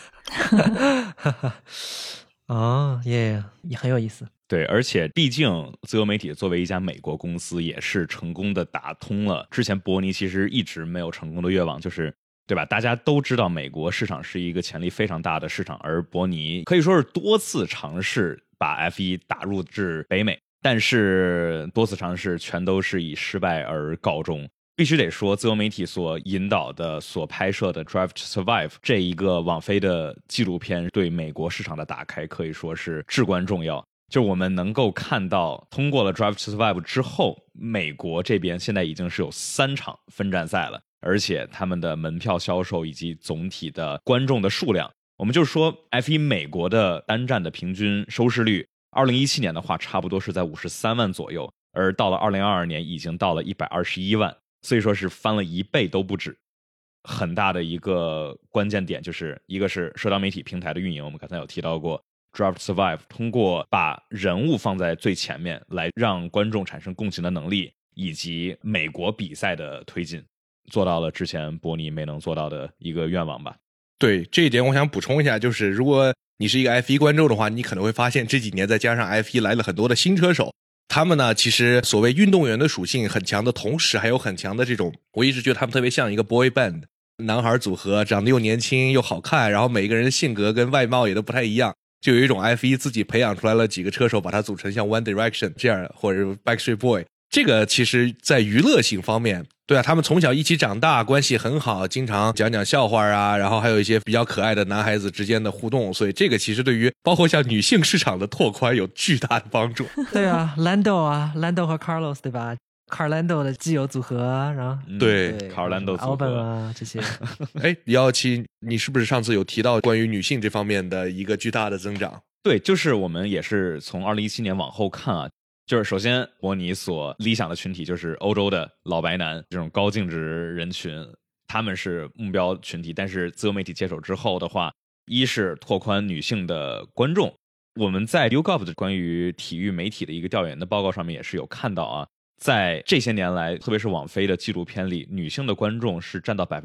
哦耶，也很有意思。 对，而且毕竟自由媒体作为一家美国公司，也是成功的打通了之前伯尼其实一直没有成功的愿望，就是对吧？大家都知道美国市场是一个潜力非常大的市场，而伯尼可以说是多次尝试把 F1 打入至北美，但是多次尝试全都是以失败而告终。必须得说，自由媒体所引导的、所拍摄的《Drive to Survive》这一个网飞的纪录片，对美国市场的打开可以说是至关重要。就我们能够看到，通过了 Drive to Survive 之后，美国这边现在已经是有3场分站赛了，而且他们的门票销售以及总体的观众的数量，我们就说 F1 美国的单站的平均收视率2017年的话差不多是在53万左右，而到了2022年已经到了121万，所以说是翻了1倍都不止。很大的一个关键点就是一个是社交媒体平台的运营，我们刚才有提到过Drive to Survive 通过把人物放在最前面来让观众产生共情的能力，以及美国比赛的推进，做到了之前伯尼没能做到的一个愿望吧。 对，这一点我想补充一下，就是如果你是一个 F1 观众的话，你可能会发现这几年再加上 F1 来了很多的新车手，他们呢其实所谓运动员的属性很强的同时，还有很强的这种，我一直觉得他们特别像一个 boy band， 男孩组合，长得又年轻又好看，然后每一个人的性格跟外貌也都不太一样，就有一种 F1 自己培养出来了几个车手，把它组成像 One Direction 这样，或者是 Backstreet Boy。这个其实在娱乐性方面，对啊，他们从小一起长大，关系很好，经常讲讲笑话啊，然后还有一些比较可爱的男孩子之间的互动，所以这个其实对于包括像女性市场的拓宽有巨大的帮助。 对啊，Lando 和 Carlos 对吧？Carlando 的基友组合，然后对 ，Carlando 组合 Albon 啊这些。 哎，李耀奇，你是不是上次有提到关于女性这方面的一个巨大的增长？ 对，就是我们也是从2017年往后看啊，就是首先伯尼所理想的群体就是欧洲的老白男这种高净值人群，他们是目标群体。但是自由媒体接手之后的话，一是拓宽女性的观众，我们在 YouGov 的关于体育媒体的一个调研的报告上面也是有看到啊，在这些年来，特别是网飞的纪录片里，女性的观众是占到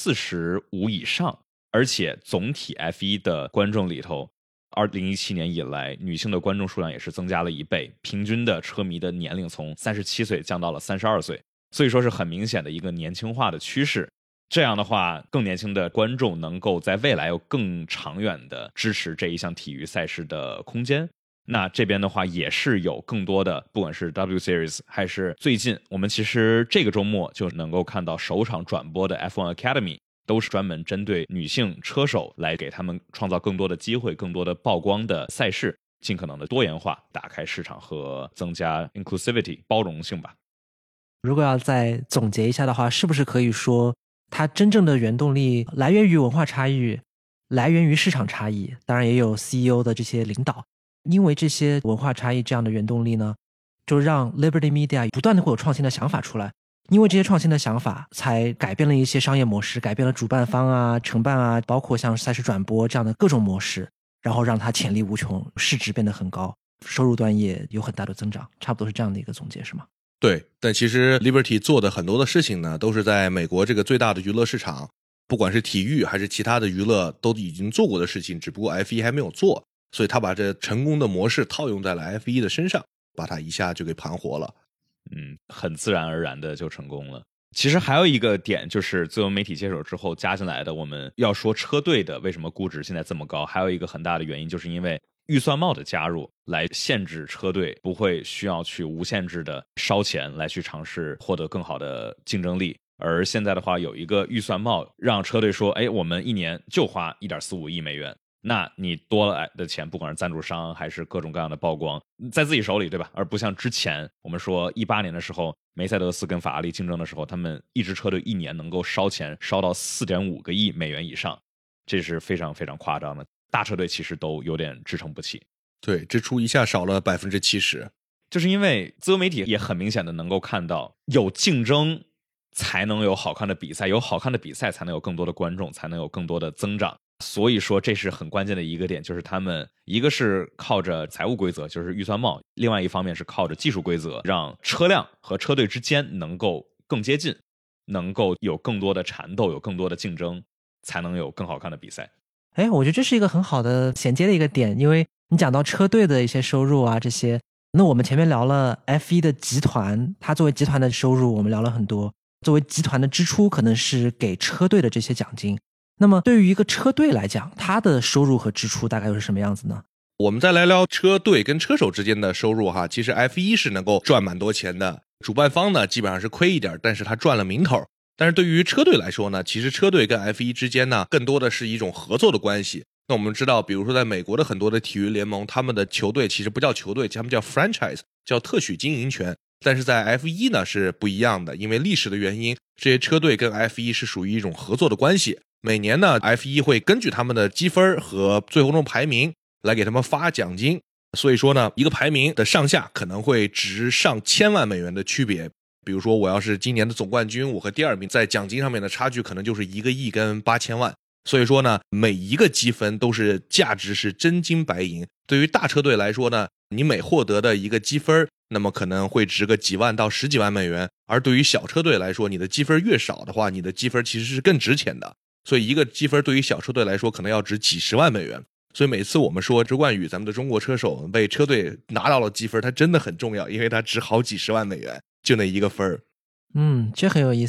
45%以上，而且总体 F1 的观众里头2017年以来，女性的观众数量也是增加了1倍，平均的车迷的年龄从37岁降到了32岁，所以说是很明显的一个年轻化的趋势。这样的话，更年轻的观众能够在未来有更长远的支持这一项体育赛事的空间。那这边的话也是有更多的，不管是 W Series 还是最近我们其实这个周末就能够看到首场转播的 F1 Academy，都是专门针对女性车手来给他们创造更多的机会，更多的曝光的赛事，尽可能的多元化，打开市场和增加 inclusivity 包容性吧。 如果要再总结一下的话，是不是可以说它真正的原动力来源于文化差异，来源于市场差异，当然也有 CEO 的这些领导，因为这些文化差异这样的原动力呢，就让 Liberty Media 不断的会有创新的想法出来，因为这些创新的想法才改变了一些商业模式，改变了主办方啊、承办啊，包括像赛事转播这样的各种模式，然后让它潜力无穷，市值变得很高，收入端也有很大的增长，差不多是这样的一个总结，是吗？ 对，但其实 Liberty 做的很多的事情呢，都是在美国这个最大的娱乐市场，不管是体育还是其他的娱乐都已经做过的事情，只不过 F1 还没有做，所以他把这成功的模式套用在了 F1 的身上，把它一下就给盘活了。 很自然而然的就成功了。其实还有一个点就是自由媒体接手之后加进来的，我们要说车队的为什么估值现在这么高，还有一个很大的原因就是因为预算帽的加入，来限制车队不会需要去无限制的烧钱来去尝试获得更好的竞争力。而现在的话有一个预算帽，让车队说，哎，我们一年就花1.45亿美元，那你多来的钱，不管是赞助商还是各种各样的曝光，在自己手里，对吧？而不像之前我们说18年的时候，梅赛德斯跟法拉利竞争的时候，他们一支车队一年能够烧钱烧到4.5个亿美元以上，这是非常非常夸张的。大车队其实都有点支撑不起。 对，支出一下少了70%。 就是因为自由媒体也很明显的能够看到，有竞争才能有好看的比赛，有好看的比赛才能有更多的观众，才能有更多的增长。所以说这是很关键的一个点，就是他们一个是靠着财务规则，就是预算帽，另外一方面是靠着技术规则，让车辆和车队之间能够更接近，能够有更多的缠斗，有更多的竞争，才能有更好看的比赛。 哎，我觉得这是一个很好的衔接的一个点，因为你讲到车队的一些收入啊这些，那我们前面聊了 F1 的集团，它作为集团的收入我们聊了很多，作为集团的支出可能是给车队的这些奖金。那么对于一个车队来讲，它的收入和支出大概又是什么样子呢？ 我们再来聊车队跟车手之间的收入哈，其实 F1 是能够赚蛮多钱的，主办方呢基本上是亏一点，但是他赚了名头。但是对于车队来说呢，其实车队跟 F1 之间呢更多的是一种合作的关系。那我们知道，比如说在美国的很多的体育联盟，他们的球队其实不叫球队，他们叫 franchise， 叫特许经营权。但是在 F1 呢是不一样的，因为历史的原因，这些车队跟 F1 是属于一种合作的关系。每年呢 F1 会根据他们的积分和最后中排名来给他们发奖金，所以说呢一个排名的上下可能会值上千万美元的区别。比如说我要是今年的总冠军，我和第二名在奖金上面的差距可能就是1个亿跟8000万。所以说呢每一个积分都是价值是真金白银。对于大车队来说呢，你每获得的一个积分那么可能会值个几万到10几万美元，而对于小车队来说，你的积分越少的话，你的积分其实是更值钱的。所以一个积分对于小车队来说可能要值几十万美元。所以每次我们说周冠宇咱们的中国车手为车队拿到了积分，他真的很重要，因为他值好几十万美元，就那一个分。 这很有意思。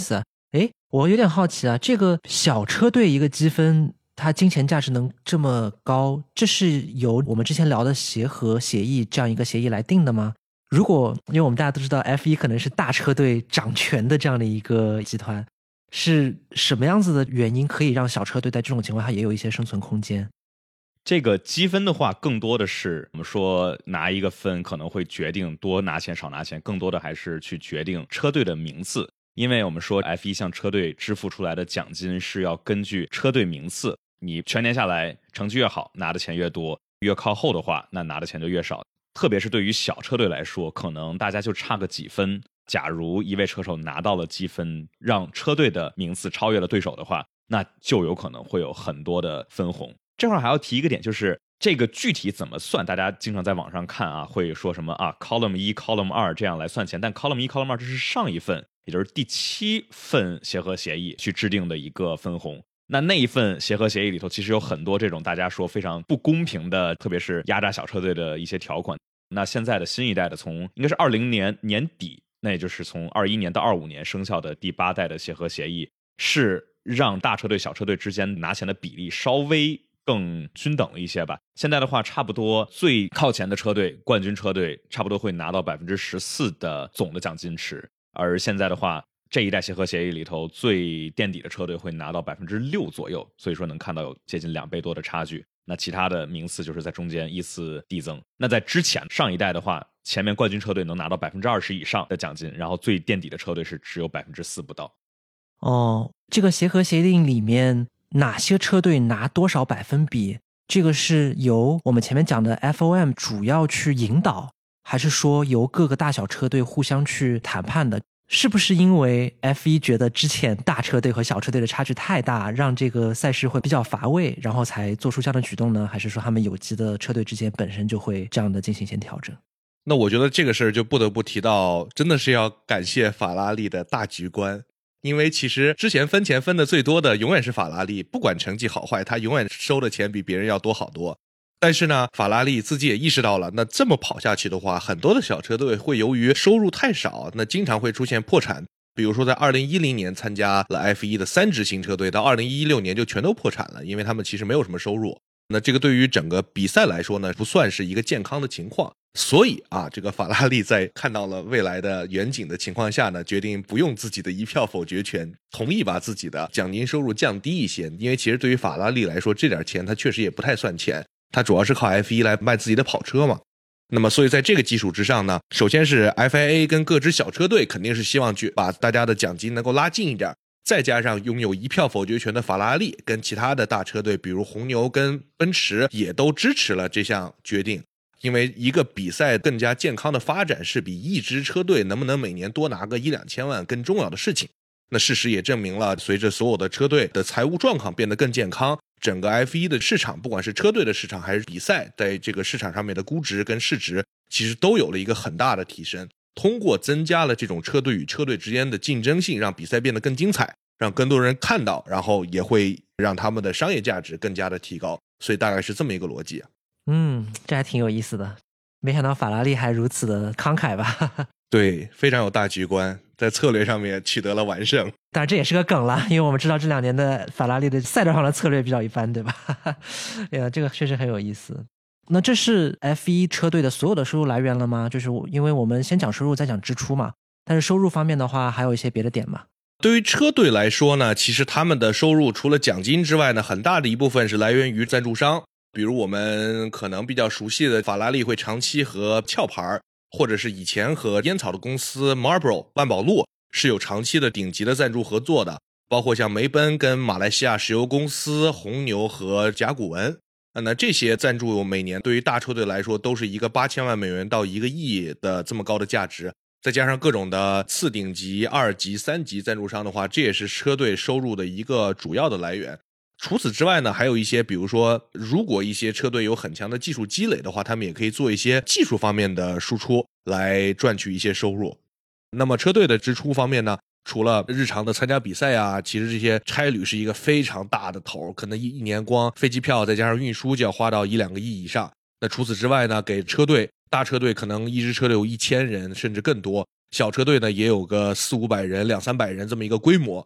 诶，我有点好奇啊，这个小车队一个积分它金钱价值能这么高，这是由我们之前聊的协和协议这样一个协议来定的吗？如果因为我们大家都知道 F1 可能是大车队掌权的这样的一个集团，是什么样子的原因可以让小车队在这种情况下也有一些生存空间？ 这个积分的话，更多的是我们说拿一个分可能会决定多拿钱少拿钱，更多的还是去决定车队的名次。因为我们说 F1 向车队支付出来的奖金是要根据车队名次，你全年下来成绩越好，拿的钱越多；越靠后的话，那拿的钱就越少。特别是对于小车队来说，可能大家就差个几分。假如一位车手拿到了积分，让车队的名次超越了对手的话，那就有可能会有很多的分红。这块还要提一个点，就是这个具体怎么算，大家经常在网上看啊，会说什么啊 column 1 column 2这样来算钱，但 column 1 column 2这是上一份，也就是第7份协和协议去制定的一个分红。那一份协和协议里头其实有很多这种大家说非常不公平的，特别是压榨小车队的一些条款。那现在的新一代的从应该是20年年底，那也就是从21年到25年生效的第8代的协和协议，是让大车队小车队之间拿钱的比例稍微更均等了一些吧。现在的话，差不多最靠前的车队冠军车队差不多会拿到14%的总的奖金池，而现在的话，这一代协和协议里头最垫底的车队会拿到6%左右，所以说能看到有接近2倍多的差距。那其他的名次就是在中间依次递增。那在之前上一代的话，前面冠军车队能拿到20%以上的奖金，然后最垫底的车队是只有4%不到。 哦，这个协和协定里面哪些车队拿多少百分比，这个是由我们前面讲的 FOM 主要去引导，还是说由各个大小车队互相去谈判的？是不是因为 F1 觉得之前大车队和小车队的差距太大，让这个赛事会比较乏味，然后才做出这样的举动呢？还是说他们有机的车队之间本身就会这样的进行一些调整？ 那我觉得这个事儿就不得不提到，真的是要感谢法拉利的大局观。因为其实之前分钱分的最多的永远是法拉利，不管成绩好坏，他永远收的钱比别人要多好多。但是呢，法拉利自己也意识到了，那这么跑下去的话，很多的小车队会由于收入太少，那经常会出现破产。比如说在2010年参加了 F1 的3支新车队，到2016年就全都破产了，因为他们其实没有什么收入。那这个对于整个比赛来说呢，不算是一个健康的情况。所以啊，这个法拉利在看到了未来的远景的情况下呢，决定不用自己的一票否决权，同意把自己的奖金收入降低一些。因为其实对于法拉利来说，这点钱它确实也不太算钱，它主要是靠 F1 来卖自己的跑车嘛。那么所以在这个基础之上呢，首先是 FIA 跟各支小车队肯定是希望去把大家的奖金能够拉近一点，再加上拥有一票否决权的法拉利跟其他的大车队，比如红牛跟奔驰也都支持了这项决定。因为一个比赛更加健康的发展是比一支车队能不能每年多拿个1-2千万更重要的事情。那事实也证明了，随着所有的车队的财务状况变得更健康，整个 F1 的市场，不管是车队的市场还是比赛，在这个市场上面的估值跟市值其实都有了一个很大的提升。通过增加了这种车队与车队之间的竞争性，让比赛变得更精彩，让更多人看到，然后也会让他们的商业价值更加的提高。所以大概是这么一个逻辑。 这还挺有意思的，没想到法拉利还如此的慷慨吧。 对，非常有大局观，在策略上面取得了完胜。 当然这也是个梗了，因为我们知道这2年的法拉利的赛道上的策略比较一般，对吧？这个确实很有意思。那这是 F1 车队的所有的收入来源了吗？就是因为我们先讲收入再讲支出嘛，但是收入方面的话还有一些别的点嘛。 对于车队来说呢，其实他们的收入除了奖金之外呢，很大的一部分是来源于赞助商。比如我们可能比较熟悉的法拉利会长期和壳牌，或者是以前和烟草的公司 Marlboro 万宝路是有长期的顶级的赞助合作的，包括像梅奔跟马来西亚石油公司、红牛和甲骨文。那这些赞助每年对于大车队来说都是一个8000万美元到1个亿的这么高的价值，再加上各种的次顶级、2级、3级赞助商的话，这也是车队收入的一个主要的来源。除此之外呢，还有一些比如说如果一些车队有很强的技术积累的话，他们也可以做一些技术方面的输出来赚取一些收入。那么车队的支出方面呢，除了日常的参加比赛啊，其实这些差旅是一个非常大的头，可能一年光飞机票再加上运输就要花到1-2个亿以上。那除此之外呢，给车队，大车队可能一支车队有1000人甚至更多，小车队呢也有个400-500人、200-300人这么一个规模。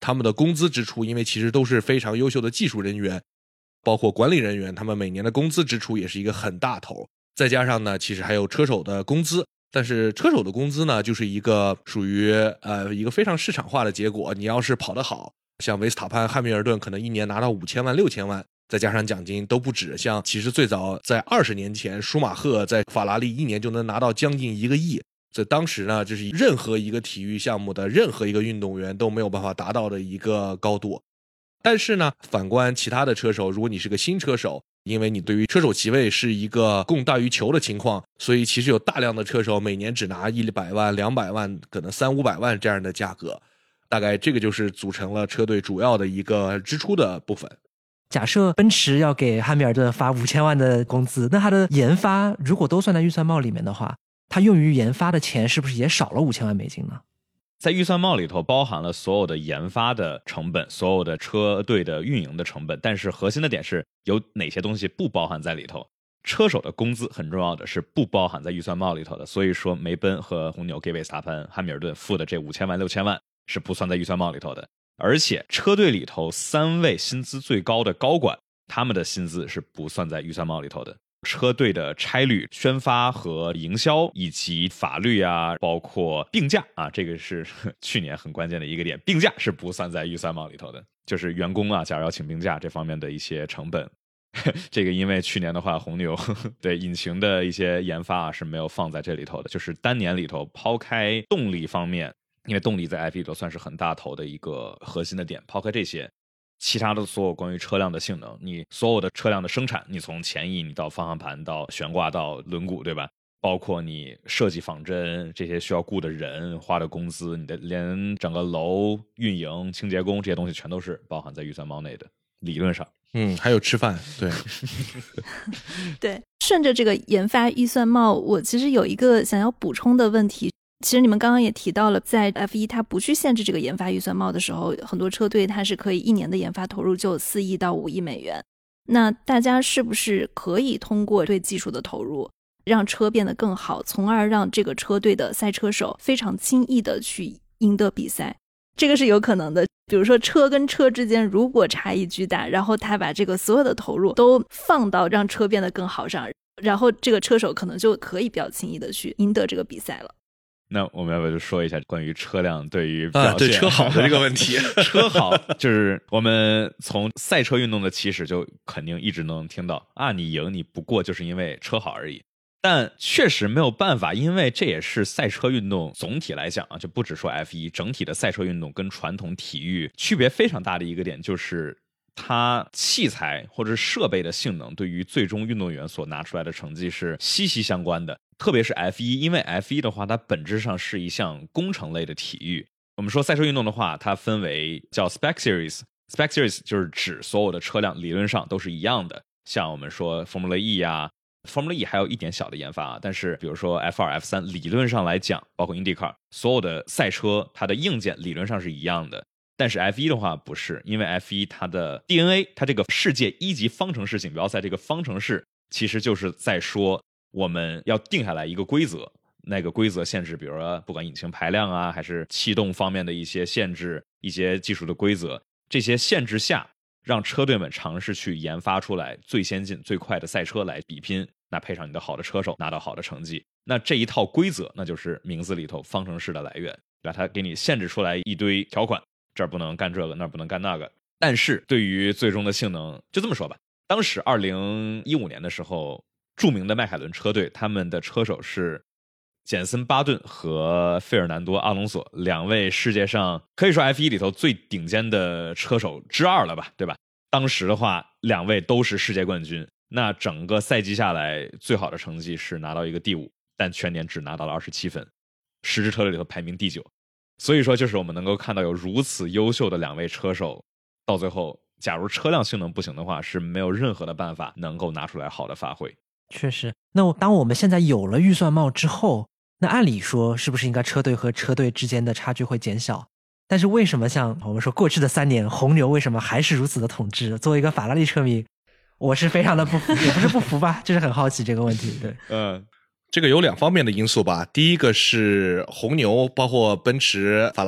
他们的工资支出，因为其实都是非常优秀的技术人员，包括管理人员，他们每年的工资支出也是一个很大头。再加上呢，其实还有车手的工资，但是车手的工资呢，就是一个属于一个非常市场化的结果。你要是跑得好，像维斯塔潘、汉密尔顿可能一年拿到5000万、6000万，再加上奖金都不止。像其实最早在20年前，舒马赫在法拉利一年就能拿到将近1个亿。在当时呢，这是任何一个体育项目的任何一个运动员都没有办法达到的一个高度。但是呢，反观其他的车手，如果你是个新车手，因为你对于车手席位是一个供大于求的情况，所以其实有大量的车手每年只拿100万、200万，可能300-500万这样的价格。大概这个就是组成了车队主要的一个支出的部分。 假设奔驰要给汉密尔顿发5000万的工资，那他的研发如果都算在预算帽里面的话，他用于研发的钱是不是也少了5000万美金呢？ 在预算帽里头包含了所有的研发的成本，所有的车队的运营的成本，但是核心的点是有哪些东西不包含在里头。车手的工资很重要的是不包含在预算帽里头的，所以说梅奔和红牛给维斯塔潘、汉密尔顿付的这5000万、6000万是不算在预算帽里头的。而且车队里头3位薪资最高的高管，他们的薪资是不算在预算帽里头的。车队的差旅、宣发和营销，以及法律啊，包括病假啊，这个是去年很关键的一个点，病假是不算在预算帽里头的，就是员工啊，假如要请病假这方面的一些成本。这个因为去年的话，红牛对引擎的一些研发啊是没有放在这里头的，就是单年里头抛开动力方面，因为动力在 F1 里头算是很大头的一个核心的点，抛开这些。其他的所有关于车辆的性能，你所有的车辆的生产，你从前翼你到方向盘到悬挂到轮毂，对吧？包括你设计仿真这些需要雇的人花的工资，你的连整个楼运营清洁工这些东西全都是包含在预算帽内的，理论上。 还有吃饭，对。 对，顺着这个研发预算帽，我其实有一个想要补充的问题。其实你们刚刚也提到了，在 F1 它不去限制这个研发预算帽的时候，很多车队它是可以1年的研发投入就4亿到5亿美元。那大家是不是可以通过对技术的投入，让车变得更好，从而让这个车队的赛车手非常轻易的去赢得比赛？这个是有可能的。比如说车跟车之间如果差异巨大，然后他把这个所有的投入都放到让车变得更好上，然后这个车手可能就可以比较轻易的去赢得这个比赛了。 那我们要不要就说一下关于车辆对于表现、 对车好的这个问题？ 车好就是我们从赛车运动的起始就肯定一直能听到啊，你赢你不过就是因为车好而已。但确实没有办法，因为这也是赛车运动总体来讲啊，就不只说 F1， 整体的赛车运动跟传统体育区别非常大的一个点，就是它器材或者设备的性能对于最终运动员所拿出来的成绩是息息相关的。特别是 F1， 因为 F1 的话它本质上是一项工程类的体育。我们说赛车运动的话，它分为叫 Spec Series， Spec Series 就是指所有的车辆理论上都是一样的，像我们说 Formula E 啊，Formula E 还有一点小的研发，但是比如说 F2、F3 理论上来讲，包括 IndyCar 所有的赛车它的硬件理论上是一样的。但是 F1 的话不是，因为 F1 它的 DNA， 它这个世界1级方程式锦标赛这个方程式其实就是在说我们要定下来一个规则，那个规则限制比如说不管引擎排量啊还是气动方面的一些限制，一些技术的规则，这些限制下让车队们尝试去研发出来最先进最快的赛车来比拼，那配上你的好的车手拿到好的成绩，那这一套规则那就是名字里头方程式的来源，对吧？它给你限制出来一堆条款，这儿不能干这个那儿不能干那个，但是对于最终的性能就这么说吧，当时2015年的时候，著名的迈凯伦车队他们的车手是简森巴顿和费尔南多阿隆索，两位世界上可以说 F1 里头最顶尖的车手之二了吧，对吧？当时的话两位都是世界冠军，那整个赛季下来最好的成绩是拿到一个第5，但全年只拿到了27分，10支车队里头排名第9。所以说就是我们能够看到有如此优秀的两位车手，到最后假如车辆性能不行的话，是没有任何的办法能够拿出来好的发挥。 确实，那当我们现在有了预算帽之后，那按理说是不是应该车队和车队之间的差距会减小？但是为什么像我们说过去的3年红牛为什么还是如此的统治？作为一个法拉利车迷，我是非常的不服，也不是不服吧，就是很好奇这个问题。对， 这个有2方面的因素吧。第一个是红牛包括奔驰、法拉利，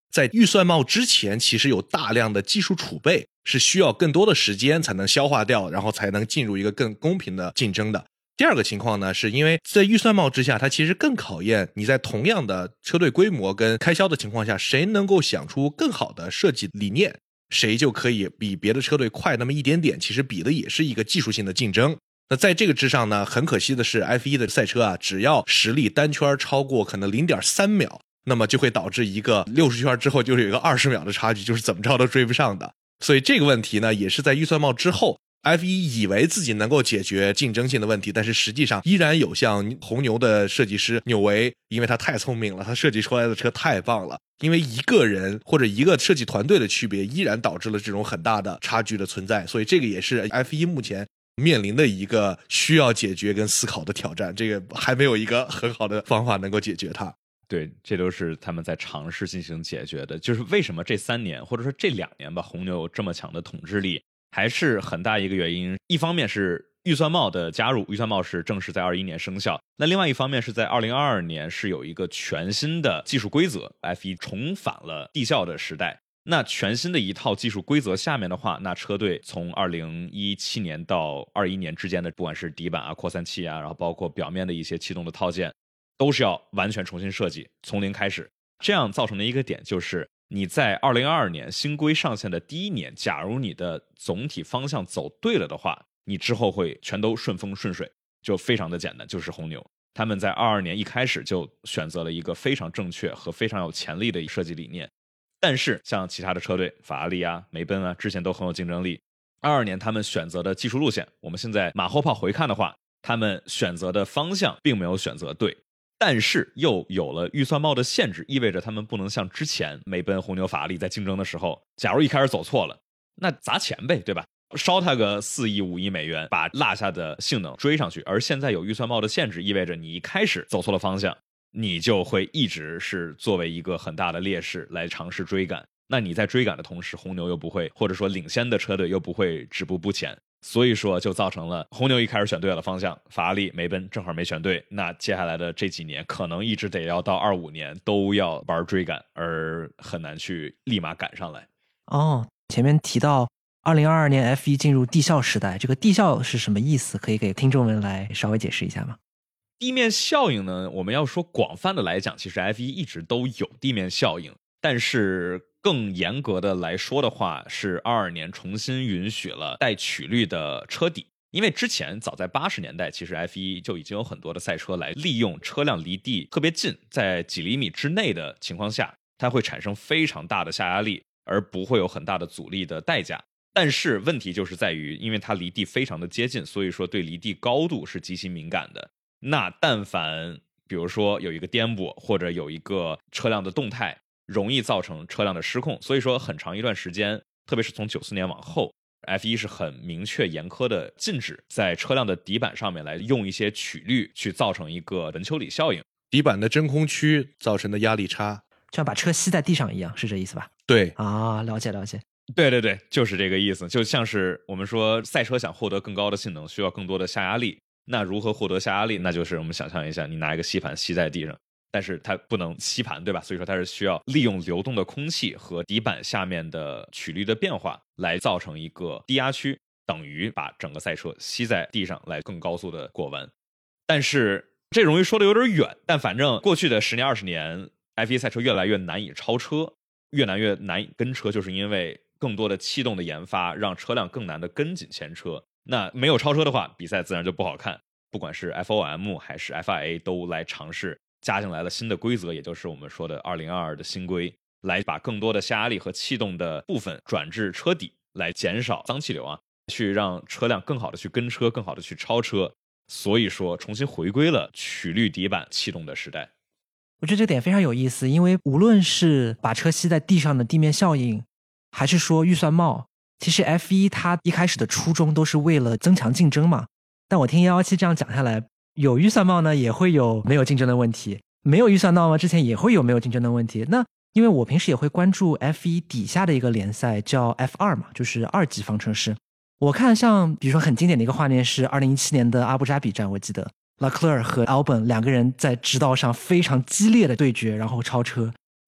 在预算帽之前其实有大量的技术储备，是需要更多的时间才能消化掉，然后才能进入一个更公平的竞争的。第二个情况呢，是因为在预算帽之下，它其实更考验你在同样的车队规模跟开销的情况下，谁能够想出更好的设计理念，谁就可以比别的车队快那么一点点，其实比的也是一个技术性的竞争。那在这个之上呢，很可惜的是 F1 的赛车啊，只要实力单圈超过可能 0.3 秒，那么就会导致一个60圈之后就是有一个20秒的差距，就是怎么着都追不上的。所以这个问题呢，也是在预算帽之后F1 以为自己能够解决竞争性的问题，但是实际上依然有像红牛的设计师纽维，因为他太聪明了，他设计出来的车太棒了，因为一个人或者一个设计团队的区别依然导致了这种很大的差距的存在，所以这个也是 F1 目前面临的一个需要解决跟思考的挑战，这个还没有一个很好的方法能够解决它。 对，这都是他们在尝试进行解决的。就是为什么这3年或者说这2年吧，红牛有这么强的统治力，还是很大一个原因。一方面是预算帽的加入，预算帽是正式在21年生效。那另外一方面是在2022年是有一个全新的技术规则 ，F1 重返了地效的时代。那全新的一套技术规则下面的话，那车队从2017年到21年之间的，不管是底板啊、扩散器啊，然后包括表面的一些气动的套件，都是要完全重新设计，从零开始。这样造成的一个点就是，你在2022年新规上线的第1年，假如你的总体方向走对了的话，你之后会全都顺风顺水，就非常的简单。就是红牛他们在22年一开始就选择了一个非常正确和非常有潜力的设计理念。但是像其他的车队法拉利啊、梅奔啊，之前都很有竞争力。22年他们选择的技术路线，我们现在马后炮回看的话，他们选择的方向并没有选择对，但是又有了预算帽的限制，意味着他们不能像之前梅奔、红牛、法拉利在竞争的时候，假如一开始走错了，那砸钱呗，对吧？烧他个4亿5亿美元，把落下的性能追上去。而现在有预算帽的限制，意味着你一开始走错了方向，你就会一直是作为一个很大的劣势来尝试追赶。那你在追赶的同时，红牛又不会，或者说领先的车队又不会止步不前，所以说就造成了红牛一开始选对了方向，法拉利、梅奔正好没选对，那接下来的这几年可能一直得要到25年都要玩追赶，而很难去立马赶上来。 哦，前面提到2022年 F1 进入地效时代，这个地效是什么意思？可以给听众们来稍微解释一下吗？ 地面效应呢，我们要说广泛的来讲，其实 F1 一直都有地面效应，但是更严格的来说的话，是22年重新允许了带曲率的车底。因为之前早在80年代，其实 F1 就已经有很多的赛车来利用车辆离地特别近，在几厘米之内的情况下，它会产生非常大的下压力，而不会有很大的阻力的代价。但是问题就是在于，因为它离地非常的接近，所以说对离地高度是极其敏感的。那但凡比如说有一个颠簸，或者有一个车辆的动态，容易造成车辆的失控。所以说很长一段时间，特别是从94年往后， F1 是很明确严苛的禁止在车辆的底板上面来用一些曲率去造成一个文丘里效应， 底板的真空区造成的压力差， 就像把车吸在地上一样，是这意思吧？ 对啊，了解了解。 对对对，就是这个意思。就像是我们说赛车想获得更高的性能，需要更多的下压力。那如何获得下压力？那就是我们想象一下，你拿一个吸盘吸在地上，但是它不能吸盘，对吧？所以说它是需要利用流动的空气和底板下面的曲率的变化来造成一个低压区，等于把整个赛车吸在地上来更高速的过弯。但是这容易说的有点远，但反正过去的10年20年 F1 赛车越来越难以超车，越来越难以跟车，就是因为更多的气动的研发让车辆更难的跟紧前车。那没有超车的话，比赛自然就不好看。不管是 FOM 还是 FIA 都来尝试加进来了新的规则，也就是我们说的2022的新规，来把更多的下压力和气动的部分转至车底，来减少脏气流啊，去让车辆更好的去跟车，更好的去超车。所以说重新回归了曲率底板气动的时代。 我觉得这点非常有意思，因为无论是把车吸在地上的地面效应，还是说预算帽，其实 F1 它一开始的初衷都是为了增强竞争嘛。但我听117这样讲下来，有预算帽呢也会有没有竞争的问题，没有预算帽之前也会有没有竞争的问题。那因为我平时也会关注 F1 底下的一个联赛叫 F2 嘛，就是2级方程式。我看像比如说很经典的一个画面是2017年的阿布扎比站，我记得拉克勒尔和 Albon 两个人在直道上非常激烈的对决，然后超车。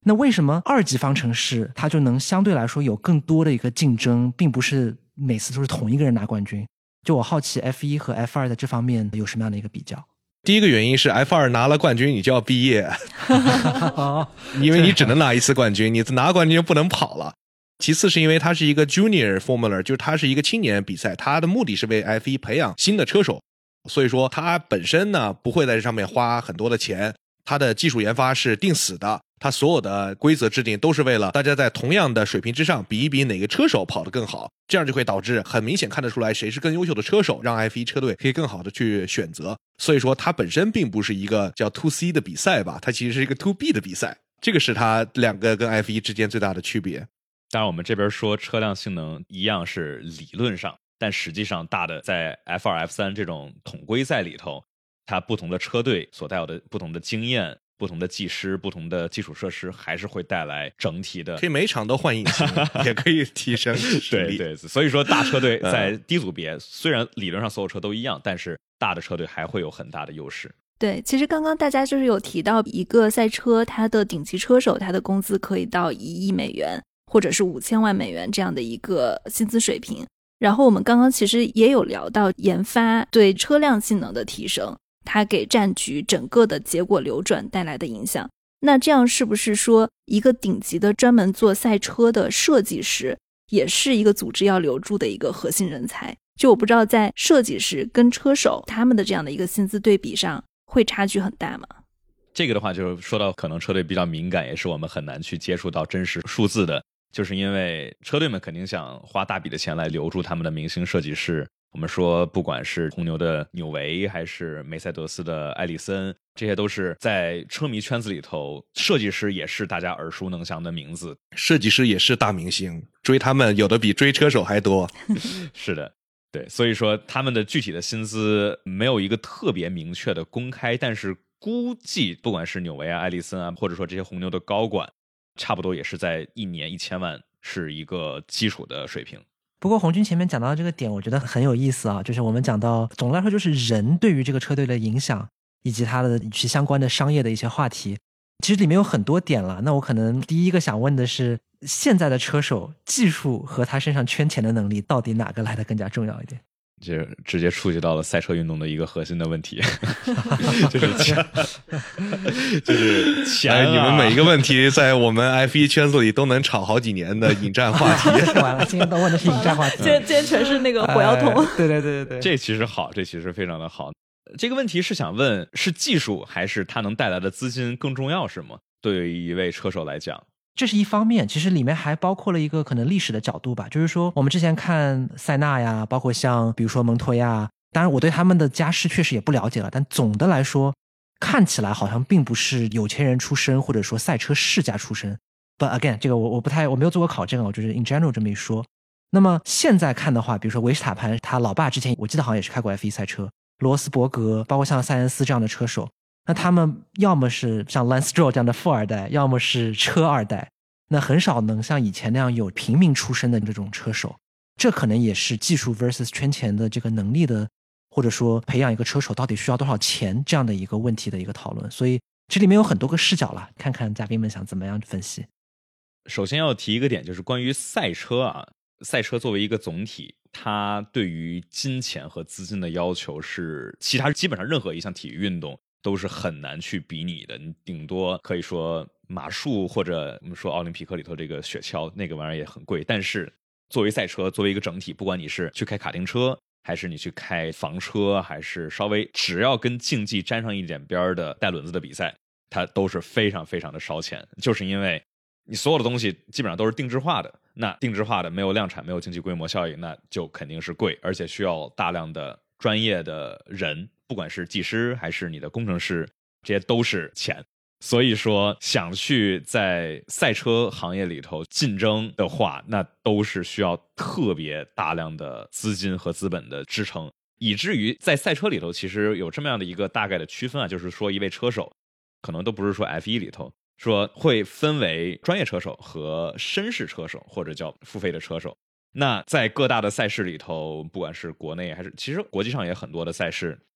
那为什么2级方程式它就能相对来说有更多的一个竞争，并不是每次都是同一个人拿冠军？就我好奇 F1 和 F2 在这方面有什么样的一个比较？ 第一个原因是 F2 拿了冠军你就要毕业因为你只能拿一次冠军，你拿冠军就不能跑了。其次是因为它是一个 Junior Formula， 就是它是一个青年比赛，它的目的是为 F1 培养新的车手，所以说它本身呢不会在这上面花很多的钱，它的技术研发是定死的，它所有的规则制定都是为了大家在同样的水平之上比一比哪个车手跑得更好，这样就会导致很明显看得出来谁是更优秀的车手，让 F1 车队可以更好的去选择。所以说它本身并不是一个叫 2C 的比赛吧，它其实是一个 2B 的比赛，这个是它两个跟 F1 之间最大的区别。 当然我们这边说车辆性能一样是理论上，但实际上大的在 F2、F3 这种统规赛里头，它不同的车队所带有的不同的经验、不同的技师、不同的基础设施，还是会带来整体的， 可以每场都换引擎也可以提升实力。 对，所以说大车队在低组别虽然理论上所有车都一样，但是大的车队还会有很大的优势。 对，其实刚刚大家就是有提到一个赛车，它的顶级车手他的工资可以到1亿美元或者是5000万美元这样的一个薪资水平。然后我们刚刚其实也有聊到研发对车辆性能的提升，它给战局整个的结果流转带来的影响。那这样是不是说一个顶级的专门做赛车的设计师也是一个组织要留住的一个核心人才？就我不知道在设计师跟车手他们的这样的一个薪资对比上会差距很大吗？ 这个的话就是说到可能车队比较敏感，也是我们很难去接触到真实数字的，就是因为车队们肯定想花大笔的钱来留住他们的明星设计师。我们说不管是红牛的纽维还是梅赛德斯的埃里森，这些都是在车迷圈子里头，设计师也是大家耳熟能详的名字， 设计师也是大明星，追他们有的比追车手还多是的，对，所以说他们的具体的薪资没有一个特别明确的公开，但是估计不管是纽维啊、埃里森啊，或者说这些红牛的高管，差不多也是在1年1000万是一个基础的水平。 不过红军前面讲到这个点我觉得很有意思啊，就是我们讲到总的来说就是人对于这个车队的影响以及它的其相关的商业的一些话题，其实里面有很多点了。那我可能第一个想问的是，现在的车手技术和他身上圈钱的能力到底哪个来的更加重要一点？ 就直接触及到了赛车运动的一个核心的问题就是钱就是钱啊， 你们每一个问题在我们 F1 圈子里都能吵好几年的引战话题完了，今天都问的是引战话题今天全是那个火药桶对， 这其实好，这其实非常的好。这个问题是想问，是技术还是它能带来的资金更重要是吗？对于一位车手来讲， 这是一方面，其实里面还包括了一个可能历史的角度吧，就是说我们之前看塞纳呀，包括像比如说蒙托亚，当然我对他们的家世确实也不了解了，但总的来说看起来好像并不是有钱人出身，或者说赛车世家出身。 But again 这个我没有做过考证，我就是 in general 这么一说。那么现在看的话，比如说维斯塔潘他老爸之前我记得好像也是开过 F1 赛车，罗斯伯格包括像塞恩斯这样的车手，那他们要么是像 Lance Stroll 这样的富二代，要么是车二代，那很少能像以前那样有平民出身的这种车手。这可能也是技术 versus 圈钱的这个能力的，或者说培养一个车手到底需要多少钱这样的一个问题的一个讨论。所以这里面有很多个视角了，看看嘉宾们想怎么样分析。 首先要提一个点，就是关于赛车啊，赛车作为一个总体，它对于金钱和资金的要求是其他基本上任何一项体育运动都是很难去比拟的。你顶多可以说马术，或者我们说奥林匹克里头这个雪橇，那个玩意儿也很贵。但是作为赛车，作为一个整体，不管你是去开卡丁车，还是你去开房车，还是稍微只要跟竞技沾上一点边的带轮子的比赛，它都是非常非常的烧钱。就是因为你所有的东西基本上都是定制化的，那定制化的没有量产，没有经济规模效应，那就肯定是贵，而且需要大量的专业的人，不管是技师还是你的工程师，这些都是钱。所以说想去在赛车行业里头竞争的话，那都是需要特别大量的资金和资本的支撑，以至于在赛车里头其实有这么样的一个大概的区分啊，就是说一位车手可能都不是说 F1 里头说会分为专业车手和绅士车手，或者叫付费的车手。那在各大的赛事里头，不管是国内还是其实国际上也很多的赛事，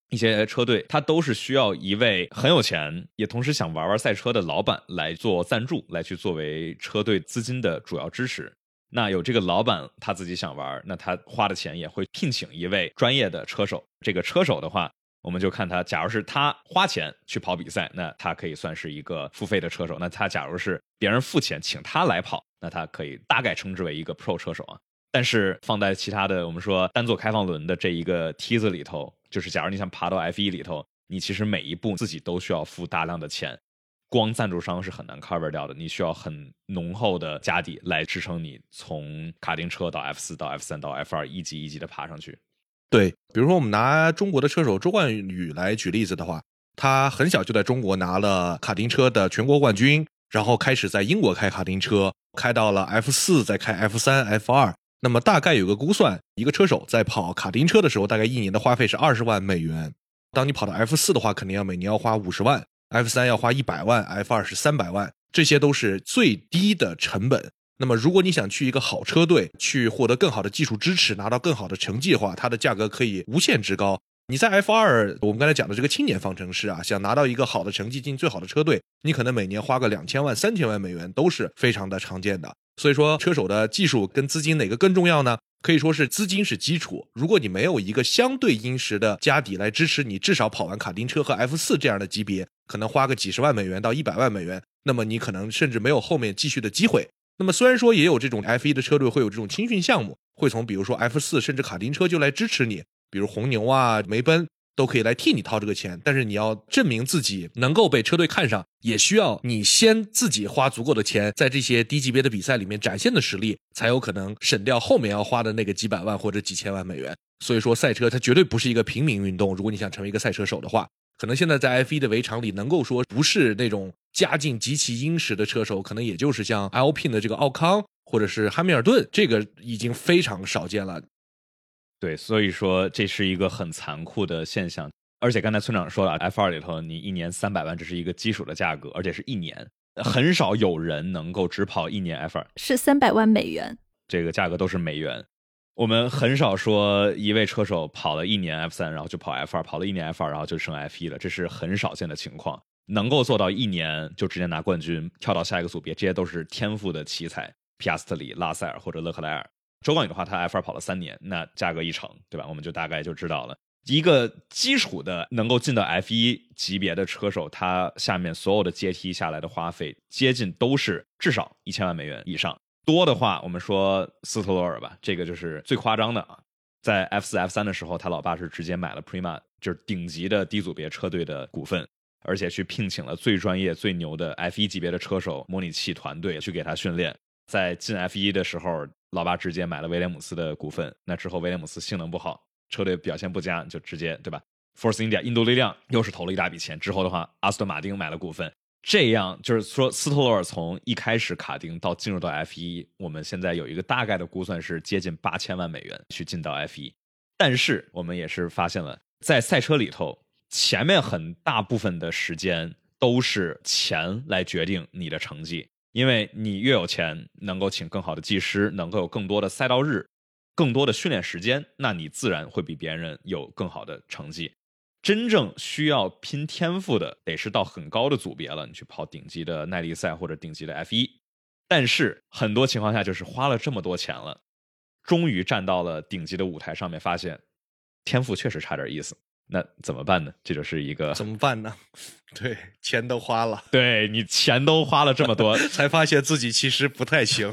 一些车队，它都是需要一位很有钱也同时想玩玩赛车的老板来做赞助，来去作为车队资金的主要支持。那有这个老板他自己想玩，那他花的钱也会聘请一位专业的车手。这个车手的话，我们就看他，假如是他花钱去跑比赛，那他可以算是一个付费的车手。那他假如是别人付钱请他来跑，那他可以大概称之为一个 pro 车手啊。但是放在其他的我们说单做开放轮的这一个梯子里头，就是假如你想爬到 F1 里头，你其实每一步自己都需要付大量的钱，光赞助商是很难 cover 掉的，你需要很浓厚的家底来支撑你从卡丁车到 F4 到 F3 到 F2 一级一级的爬上去。 对，比如说我们拿中国的车手周冠宇来举例子的话，他很小就在中国拿了卡丁车的全国冠军，然后开始在英国开卡丁车，开到了 F4 再开 F3 F2。那么大概有个估算，一个车手在跑卡丁车的时候，大概一年的花费是20万美元。当你跑到 F4 的话，肯定要每年要花50万， F3 要花100万， F2 是300万，这些都是最低的成本。那么如果你想去一个好车队，去获得更好的技术支持，拿到更好的成绩的话，它的价格可以无限之高。你在 F2 我们刚才讲的这个青年方程式啊，想拿到一个好的成绩进最好的车队，你可能每年花个2000万3000万美元都是非常的常见的。所以说车手的技术跟资金哪个更重要呢？可以说是资金是基础，如果你没有一个相对殷实的家底来支持你，至少跑完卡丁车和 F4 这样的级别，可能花个几十万美元到100万美元，那么你可能甚至没有后面继续的机会。那么虽然说也有这种 F1 的车队会有这种青训项目，会从比如说 F4 甚至卡丁车就来支持你，比如红牛啊、梅奔都可以来替你掏这个钱，但是你要证明自己能够被车队看上，也需要你先自己花足够的钱，在这些低级别的比赛里面展现的实力，才有可能省掉后面要花的那个几百万或者几千万美元。所以说赛车它绝对不是一个平民运动，如果你想成为一个赛车手的话，可能现在在 F1 的围场里能够说不是那种家境极其殷实的车手，可能也就是像 Alpine 的这个奥康或者是汉密尔顿，这个已经非常少见了。 对，所以说这是一个很残酷的现象。而且刚才村长说了 F2 里头你一年300万，这是一个基础的价格，而且是一年，很少有人能够只跑一年 F2， 是300万美元， 这个价格都是美元。我们很少说一位车手跑了一年 F3 然后就跑 F2， 跑了一年 F2 然后就升 F1 了，这是很少见的情况。能够做到一年就直接拿冠军跳到下一个组别，这些都是天赋的奇才，皮亚斯特里、拉塞尔或者勒克莱尔。周冠宇的话他 F2 跑了3年，那价格一乘，对吧，我们就大概就知道了。一个基础的能够进到 F1 级别的车手，他下面所有的阶梯下来的花费接近都是至少1000万美元以上，多的话我们说斯特罗尔吧，这个就是最夸张的啊。在 F4 F3 的时候，他老爸是直接买了 Prima， 就是顶级的低组别车队的股份，而且去聘请了最专业最牛的 F1 级别的车手模拟器团队去给他训练。在进 F1 的时候，老爸直接买了威廉姆斯的股份，那之后威廉姆斯性能不好，车队表现不佳，就直接对吧 Force India 印度力量又是投了一大笔钱，之后的话阿斯顿马丁买了股份，这样就是说斯特罗尔从一开始卡丁到进入到 F1， 我们现在有一个大概的估算是接近8000万美元去进到 F1。 但是我们也是发现了，在赛车里头前面很大部分的时间都是钱来决定你的成绩，因为你越有钱，能够请更好的技师，能够有更多的赛道日，更多的训练时间，那你自然会比别人有更好的成绩。真正需要拼天赋的得是到很高的组别了，你去跑顶级的耐力赛或者顶级的 F1。 但是很多情况下就是花了这么多钱了，终于站到了顶级的舞台上面，发现天赋确实差点意思，那怎么办呢？这就是一个怎么办呢？对，钱都花了， 对，你钱都花了这么多才发现自己其实不太行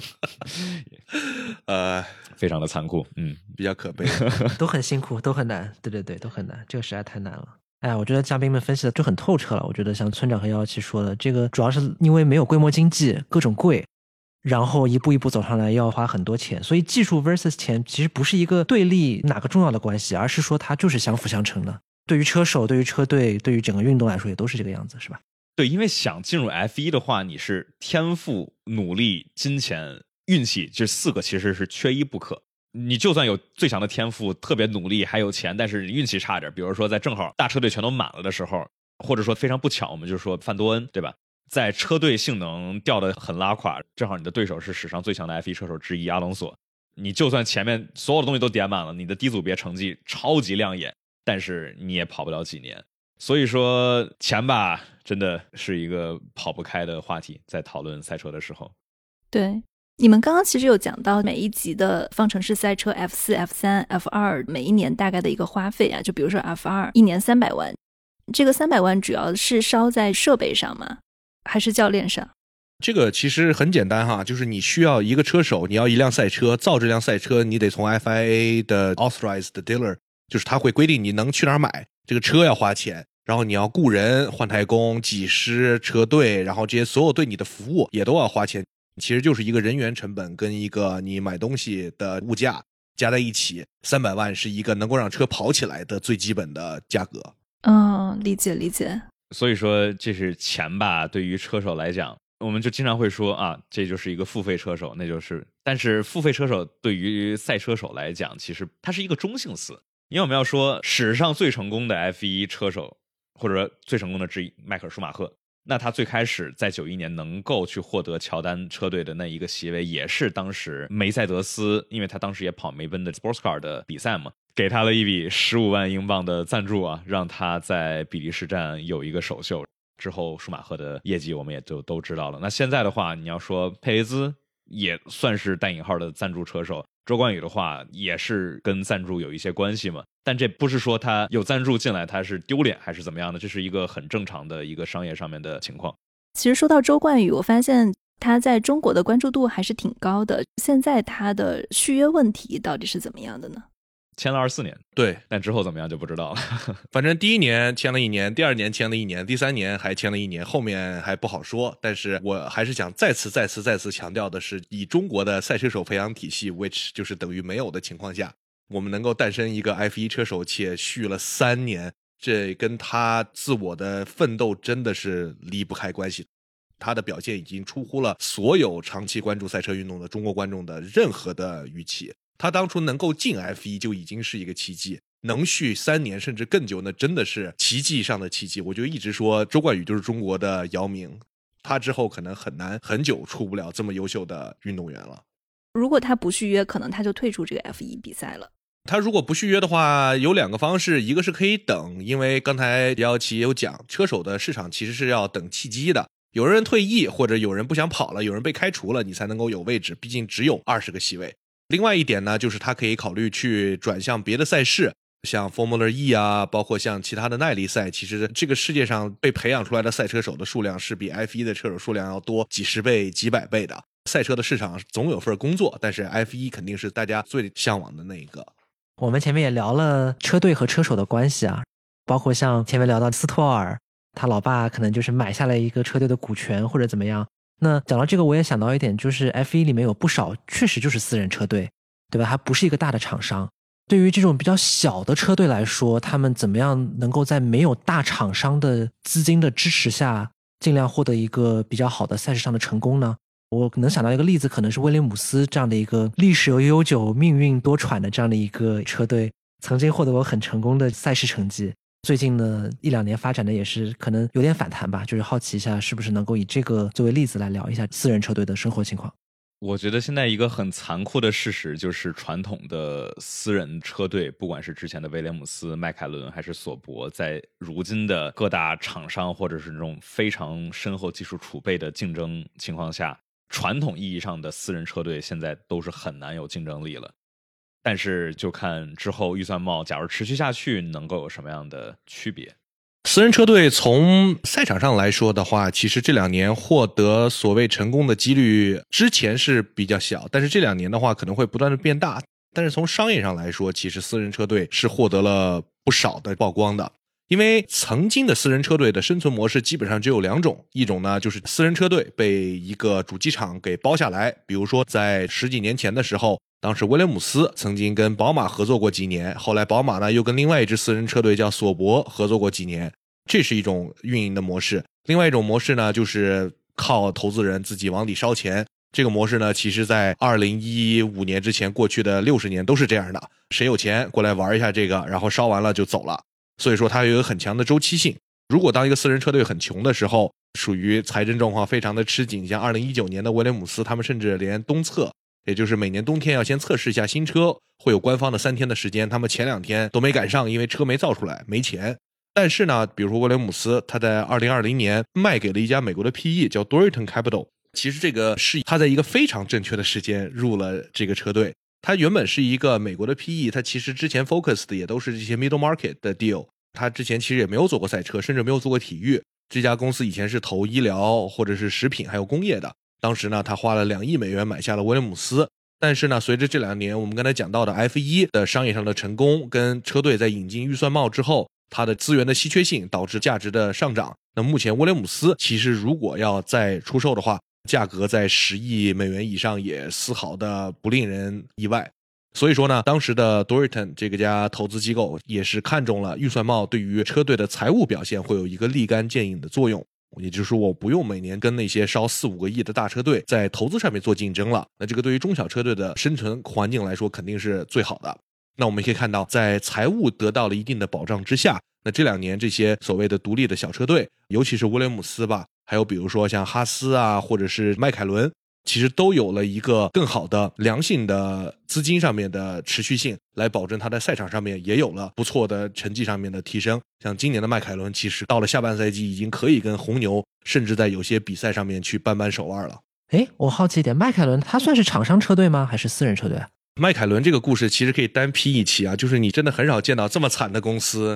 非常的残酷， 比较可悲都很辛苦，都很难，对对对，都很难，这个实在太难了。哎，我觉得嘉宾们分析的就很透彻了。我觉得像村长和117说的，这个主要是因为没有规模经济，各种贵，然后一步一步走上来要花很多钱，所以技术 versus 钱其实不是一个对立哪个重要的关系，而是说它就是相辅相成的。对于车手，对于车队，对于整个运动来说也都是这个样子，是吧？ 对，因为想进入 F1 的话，你是天赋、努力、金钱、运气，这4个其实是缺一不可。你就算有最强的天赋，特别努力还有钱，但是运气差点，比如说在正好大车队全都满了的时候，或者说非常不巧，我们就说范多恩，对吧，在车队性能掉得很拉垮，正好你的对手是史上最强的 F1 车手之一阿隆索，你就算前面所有的东西都点满了，你的低组别成绩超级亮眼， 但是你也跑不了几年。所以说钱吧真的是一个跑不开的话题，在讨论赛车的时候。 对，你们刚刚其实有讲到每一级的方程式赛车 F4、F3、F2 每一年大概的一个花费啊，就比如说 F2 一年300万，这个300万主要是烧在设备上吗？还是教练上？ 这个其实很简单哈，就是你需要一个车手，你要一辆赛车，造这辆赛车你得从 FIA 的 authorized dealer， 就是他会规定你能去哪儿买，这个车要花钱，然后你要雇人、换胎工、技师、车队，然后这些所有对你的服务也都要花钱，其实就是一个人员成本跟一个你买东西的物价加在一起，300万是一个能够让车跑起来的最基本的价格。 理解理解。 所以说这是钱吧，对于车手来讲，我们就经常会说啊，这就是一个付费车手，那就是，但是付费车手对于赛车手来讲，其实它是一个中性词。因为我们要说史上最成功的 F1 车手，或者说最成功的之一迈克尔舒马赫，那他最开始在91年能够去获得乔丹车队的那一个席位，也是当时梅赛德斯，因为他当时也跑梅奔的 Sports Car 的比赛嘛，给他了一笔15万英镑的赞助啊，让他在比利时站有一个首秀。之后舒马赫的业绩我们也就都知道了。那现在的话，你要说佩雷兹也算是带引号的赞助车手，周冠宇的话也是跟赞助有一些关系嘛，但这不是说他有赞助进来他是丢脸还是怎么样的，这是一个很正常的一个商业上面的情况。 其实说到周冠宇，我发现他在中国的关注度还是挺高的，现在他的续约问题到底是怎么样的呢？ 签了24年， 对， 但之后怎么样就不知道了。 反正第一年签了1年，第2年签了1年，第3年还签了1年，后面还不好说。但是我还是想再次强调的是，以中国的赛车手培养体系 which 就是等于没有的情况下，我们能够诞生一个 F1 车手且续了3年，这跟他自我的奋斗真的是离不开关系。他的表现已经出乎了所有长期关注赛车运动的中国观众的任何的预期。他当初能够进 F1 就已经是一个奇迹，能续3年甚至更久，那真的是奇迹上的奇迹。我就一直说周冠宇就是中国的姚明，他之后可能很难很久出不了这么优秀的运动员了。 如果他不续约，可能他就退出这个 F1 比赛了。 他如果不续约的话，有2个方式，一个是可以等，因为刚才117有讲，车手的市场其实是要等契机的，有人退役或者有人不想跑了，有人被开除了，你才能够有位置，毕竟只有20个席位。另外一点呢，就是他可以考虑去转向别的赛事，像 Formula E 啊，包括像其他的耐力赛。其实这个世界上被培养出来的赛车手的数量是比 F1 的车手数量要多几十倍几百倍的。赛车的市场总有份工作，但是 F1 肯定是大家最向往的那一个。 我们前面也聊了车队和车手的关系啊，包括像前面聊到斯托尔，他老爸可能就是买下来一个车队的股权或者怎么样。那讲到这个，我也想到一点，就是 F1 里面有不少确实就是私人车队，对吧？它不是一个大的厂商。对于这种比较小的车队来说，他们怎么样能够在没有大厂商的资金的支持下，尽量获得一个比较好的赛事上的成功呢？我能想到一个例子，可能是威廉姆斯这样的一个历史悠久、命运多舛的这样的一个车队，曾经获得过很成功的赛事成绩。最近呢1-2年发展的也是可能有点反弹吧，就是好奇一下是不是能够以这个作为例子来聊一下私人车队的生活情况。 我觉得现在一个很残酷的事实就是传统的私人车队，不管是之前的威廉姆斯、迈凯伦还是索伯，在如今的各大厂商或者是这种非常深厚技术储备的竞争情况下，传统意义上的私人车队现在都是很难有竞争力了。但是就看之后预算帽假如持续下去能够有什么样的区别。 私人车队从赛场上来说的话，其实这2年获得所谓成功的几率之前是比较小，但是这2年的话可能会不断的变大。但是从商业上来说，其实私人车队是获得了不少的曝光的。因为曾经的私人车队的生存模式基本上只有2种，一种呢就是私人车队被一个主机厂给包下来，比如说在10几年前的时候，当时威廉姆斯曾经跟宝马合作过几年，后来宝马呢又跟另外一支私人车队叫索伯合作过几年，这是一种运营的模式。另外一种模式呢就是靠投资人自己往里烧钱，这个模式呢其实在2015年之前过去的60年都是这样的，谁有钱过来玩一下这个，然后烧完了就走了。所以说它有一个很强的周期性。如果当一个私人车队很穷的时候，属于财政状况非常的吃紧，像2019年的威廉姆斯，他们甚至连东侧也就是每年冬天要先测试一下新车，会有官方的3天的时间，他们前2天都没赶上，因为车没造出来，没钱。但是呢，比如说威廉姆斯，他在2020年卖给了一家美国的 PE 叫 Doriton Capital。其实这个是他在一个非常正确的时间入了这个车队。他原本是一个美国的 PE， 他其实之前 focus 的也都是这些 middle market 的 deal。他之前其实也没有做过赛车，甚至没有做过体育。这家公司以前是投医疗或者是食品还有工业的。当时呢，他花了2亿美元买下了威廉姆斯。但是呢，随着这2年我们刚才讲到的 F1 的商业上的成功，跟车队在引进预算帽之后，它的资源的稀缺性导致价值的上涨。那目前威廉姆斯其实如果要再出售的话，价格在10亿美元以上也丝毫的不令人意外。所以说呢，当时的 Doriton 这个家投资机构也是看中了预算帽对于车队的财务表现会有一个立竿见影的作用。也就是说，我不用每年跟那些烧4-5个亿的大车队在投资上面做竞争了，那这个对于中小车队的生存环境来说肯定是最好的。那我们可以看到，在财务得到了一定的保障之下，那这2年这些所谓的独立的小车队，尤其是威廉姆斯吧，还有比如说像哈斯啊，或者是迈凯伦，其实都有了一个更好的良性的资金上面的持续性，来保证它在赛场上面也有了不错的成绩上面的提升。像今年的迈凯伦其实到了下半赛季已经可以跟红牛甚至在有些比赛上面去扳手腕了。 诶，我好奇一点，迈凯伦它算是厂商车队吗？还是私人车队啊？ 迈凯伦这个故事其实可以单批一期啊，就是你真的很少见到这么惨的公司。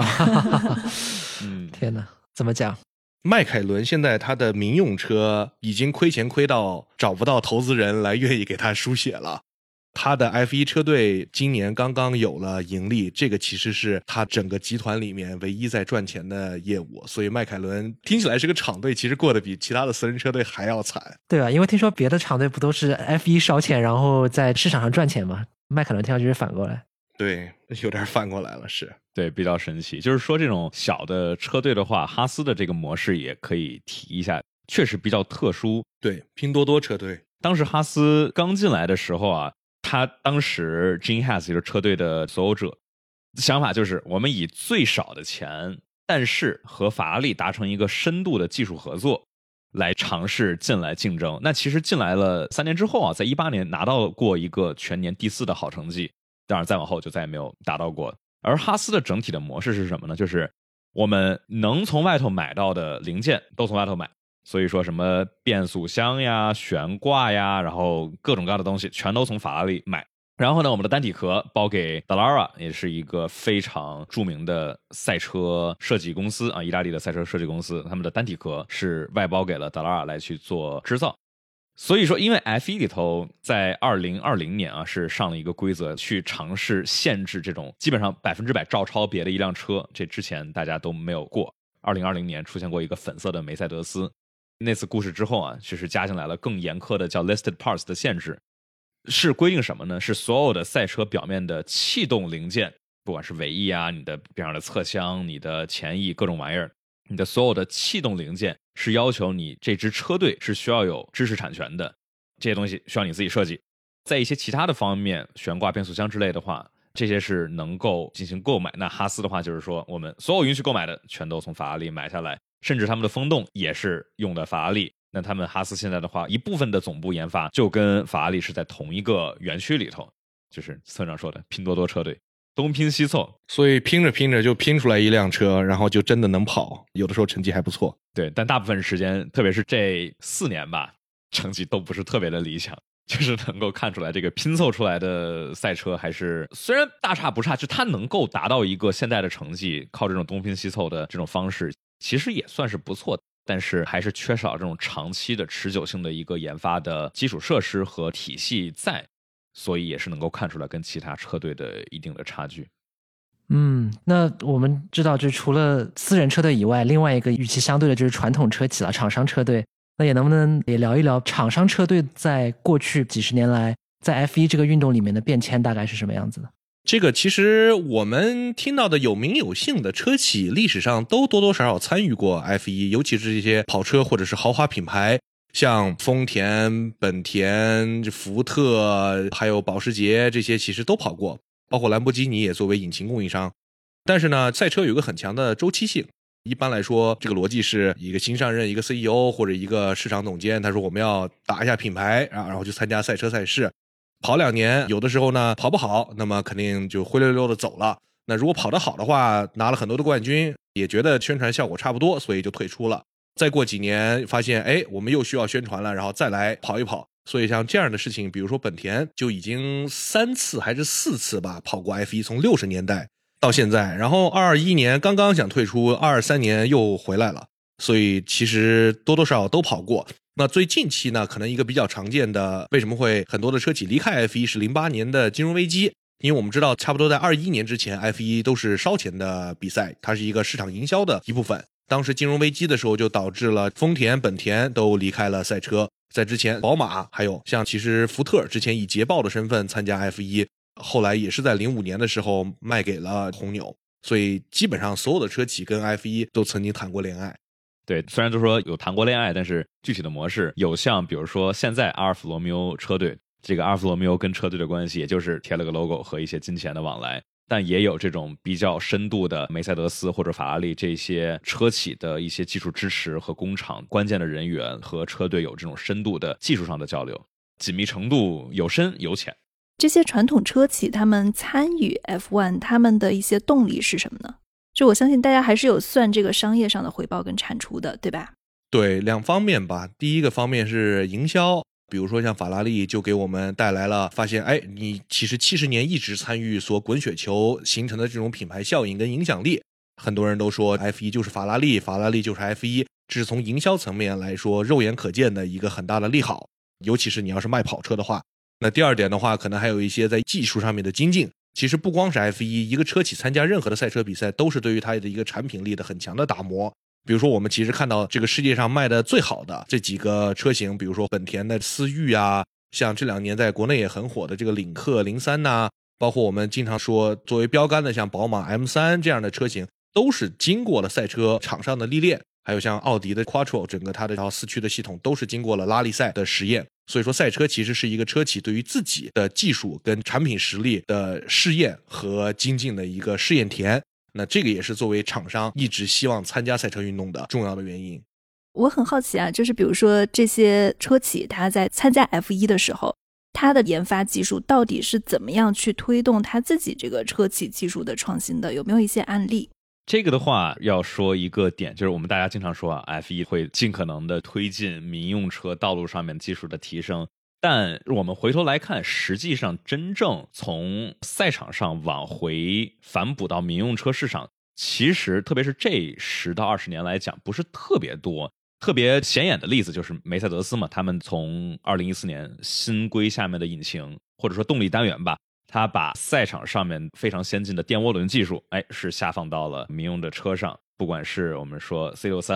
天哪，怎么讲？ 迈凯伦现在它的民用车已经亏钱亏到找不到投资人来愿意给它输血了。它的 F1 车队今年刚刚有了盈利，这个其实是它整个集团里面唯一在赚钱的业务，所以迈凯伦听起来是个厂队，其实过得比其他的私人车队还要惨。 对啊，因为听说别的厂队不都是 F1 烧钱然后在市场上赚钱吗？迈凯伦听上去是反过来。 对，有点反过来了，是。 对，比较神奇。就是说这种小的车队的话，哈斯的这个模式也可以提一下，确实比较特殊。 对，拼多多车队当时哈斯刚进来的时候啊，他当时 Gene Haas 就是车队的所有者，想法就是我们以最少的钱，但是和法拉利达成一个深度的技术合作，来尝试进来竞争。那其实进来了3年之后啊，在18年拿到过一个全年第4的好成绩，当然再往后就再也没有达到过。而哈斯的整体的模式是什么呢？就是我们能从外头买到的零件都从外头买，所以说什么变速箱呀、悬挂呀，然后各种各样的东西全都从法拉利买。然后呢，我们的单体壳包给 Dallara， 也是一个非常著名的赛车设计公司啊，意大利的赛车设计公司，他们的单体壳是外包给了 Dallara 来去做制造。所以说因为 F1 里头在2020年啊是上了一个规则，去尝试限制这种基本上100%照抄别的一辆车，这之前大家都没有过。2020年出现过一个粉色的梅赛德斯，那次故事之后啊，其实加进来了更严苛的叫 listed parts 的限制，是规定什么呢？是所有的赛车表面的气动零件，不管是尾翼啊、你的边上的侧箱、你的前翼各种玩意儿，你的所有的气动零件是要求你这支车队是需要有知识产权的，这些东西需要你自己设计。在一些其他的方面，悬挂、变速箱之类的话，这些是能够进行购买。那哈斯的话就是说，我们所有允许购买的全都从法拉利买下来，甚至他们的风洞也是用的法拉利。那他们哈斯现在的话，一部分的总部研发就跟法拉利是在同一个园区里头，就是村长说的拼多多车队，东拼西凑， 所以拼着拼着就拼出来一辆车，然后就真的能跑，有的时候成绩还不错。 对，但大部分时间，特别是这4年吧，成绩都不是特别的理想，就是能够看出来这个拼凑出来的赛车还是虽然大差不差，就它能够达到一个现在的成绩，靠这种东拼西凑的这种方式其实也算是不错的，但是还是缺少这种长期的持久性的一个研发的基础设施和体系在，所以也是能够看出来跟其他车队的一定的差距。 那我们知道就除了私人车队以外，另外一个与其相对的就是传统车企了，厂商车队。那也能不能也聊一聊厂商车队在过去几十年来在 F1 这个运动里面的变迁大概是什么样子的？ 这个其实我们听到的有名有姓的车企历史上都多多少少参与过 F1， 尤其是这些跑车或者是豪华品牌，像丰田、本田、福特还有保时捷，这些其实都跑过，包括兰博基尼也作为引擎供应商。但是呢，赛车有一个很强的周期性， 一般来说，这个逻辑是一个新上任一个 CEO 或者一个市场总监，他说我们要打一下品牌啊，然后去参加赛车赛事，跑2年，有的时候呢跑不好，那么肯定就灰溜溜的走了。那如果跑得好的话，拿了很多的冠军，也觉得宣传效果差不多，所以就退出了。再过几年发现，哎，我们又需要宣传了，然后再来跑一跑。所以像这样的事情，比如说本田就已经3次还是4次吧跑过 F1， 从60年代到现在，然后21年刚刚想退出，23年又回来了，所以其实多多少少都跑过。那最近期呢，可能一个比较常见的，为什么会很多的车企离开 F1 是08年的金融危机，因为我们知道差不多在21年之前 F1 都是烧钱的比赛，它是一个市场营销的一部分。当时金融危机的时候就导致了丰田、本田都离开了赛车，在之前宝马还有像其实福特之前以捷豹的身份参加 F1， 后来也是在05年的时候卖给了红牛，所以基本上所有的车企跟 F1 都曾经谈过恋爱。 对，虽然就说有谈过恋爱，但是具体的模式有像比如说现在阿尔法罗密欧车队，这个阿尔法罗密欧跟车队的关系也就是贴了个 logo 和一些金钱的往来，但也有这种比较深度的梅赛德斯或者法拉利这些车企的一些技术支持和工厂关键的人员和车队有这种深度的技术上的交流，紧密程度有深有浅。 这些传统车企他们参与 F1 他们的一些动力是什么呢？就我相信大家还是有算这个商业上的回报跟产出的，对吧？ 对，2方面吧。第一个方面是营销，比如说像法拉利就给我们带来了发现，哎，你其实70年一直参与所滚雪球形成的这种品牌效应跟影响力。很多人都说 F1 就是法拉利，法拉利就是 F1， 这是从营销层面来说肉眼可见的一个很大的利好，尤其是你要是卖跑车的话。那第二点的话，可能还有一些在技术上面的精进。其实不光是 F1， 一个车企参加任何的赛车比赛都是对于它的一个产品力的很强的打磨。比如说我们其实看到这个世界上卖的最好的这几个车型，比如说本田的思域啊，像这2年在国内也很火的这个领克03呐，包括我们经常说作为标杆的像宝马 M3 这样的车型，都是经过了赛车场上的历练，还有像奥迪的 Quattro， 整个它的4驱的系统都是经过了拉力赛的实验。所以说赛车其实是一个车企对于自己的技术跟产品实力的试验和精进的一个试验田，那这个也是作为厂商一直希望参加赛车运动的重要的原因。 我很好奇啊，就是比如说这些车企它在参加 F1 的时候，它的研发技术到底是怎么样去推动它自己这个车企技术的创新的？有没有一些案例？ 这个的话要说一个点，就是我们大家经常说啊 F1 会尽可能的推进民用车道路上面技术的提升，但我们回头来看，实际上真正从赛场上往回反哺到民用车市场，其实特别是这10到20年来讲不是特别多。特别显眼的例子就是梅赛德斯嘛，他们从2014年新规下面的引擎或者说动力单元吧，它把赛场上面非常先进的电涡轮技术，是下放到了民用的车上。不管是我们说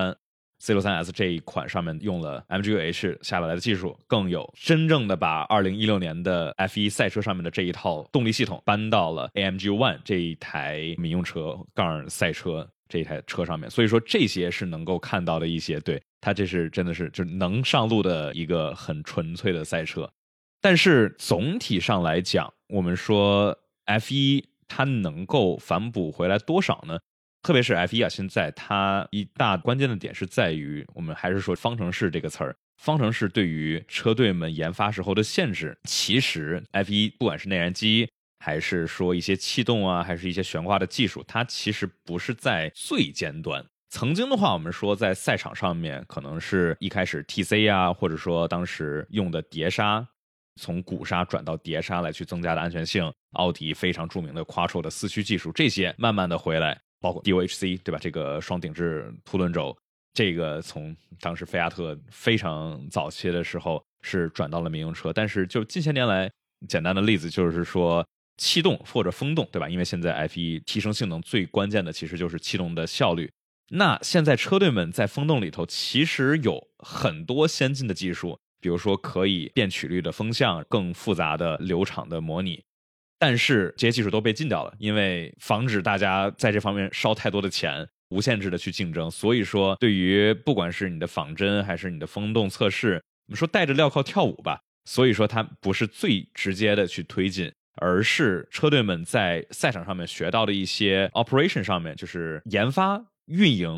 C63、C63S 这一款上面用了 MGU-H 下来的技术，更有真正的把2016年的 F1 赛车上面的这一套动力系统搬到了 AMG One 这一台民用车杠赛车这一台车上面。所以说这些是能够看到的一些，对，它这是真的是就能上路的一个很纯粹的赛车。但是总体上来讲，我们说 F1 它能够反哺回来多少呢？特别是 F1 啊，现在它一大关键的点是在于，我们还是说方程式这个词儿，方程式对于车队们研发时候的限制。其实 F1 不管是内燃机，还是说一些气动啊，还是一些悬挂的技术，它其实不是在最尖端。曾经的话，我们说在赛场上面，可能是一开始 TC 啊，或者说当时用的碟刹，从鼓刹转到碟刹来去增加的安全性，奥迪非常著名的 Quattro 的4驱技术，这些慢慢的回来，包括 DOHC 对吧？这个双顶置凸轮轴，这个从当时菲亚特非常早期的时候是转到了民用车，但是就近些年来，简单的例子就是说气动或者风动，对吧？因为现在 F1 提升性能最关键的其实就是气动的效率。那现在车队们在风洞里头其实有很多先进的技术，比如说可以变曲率的风向，更复杂的流场的模拟，但是这些技术都被禁掉了，因为防止大家在这方面烧太多的钱，无限制的去竞争。所以说对于不管是你的仿真还是你的风洞测试，我们说带着镣铐跳舞吧，所以说它不是最直接的去推进，而是车队们在赛场上面学到的一些 operation 上面，就是研发运营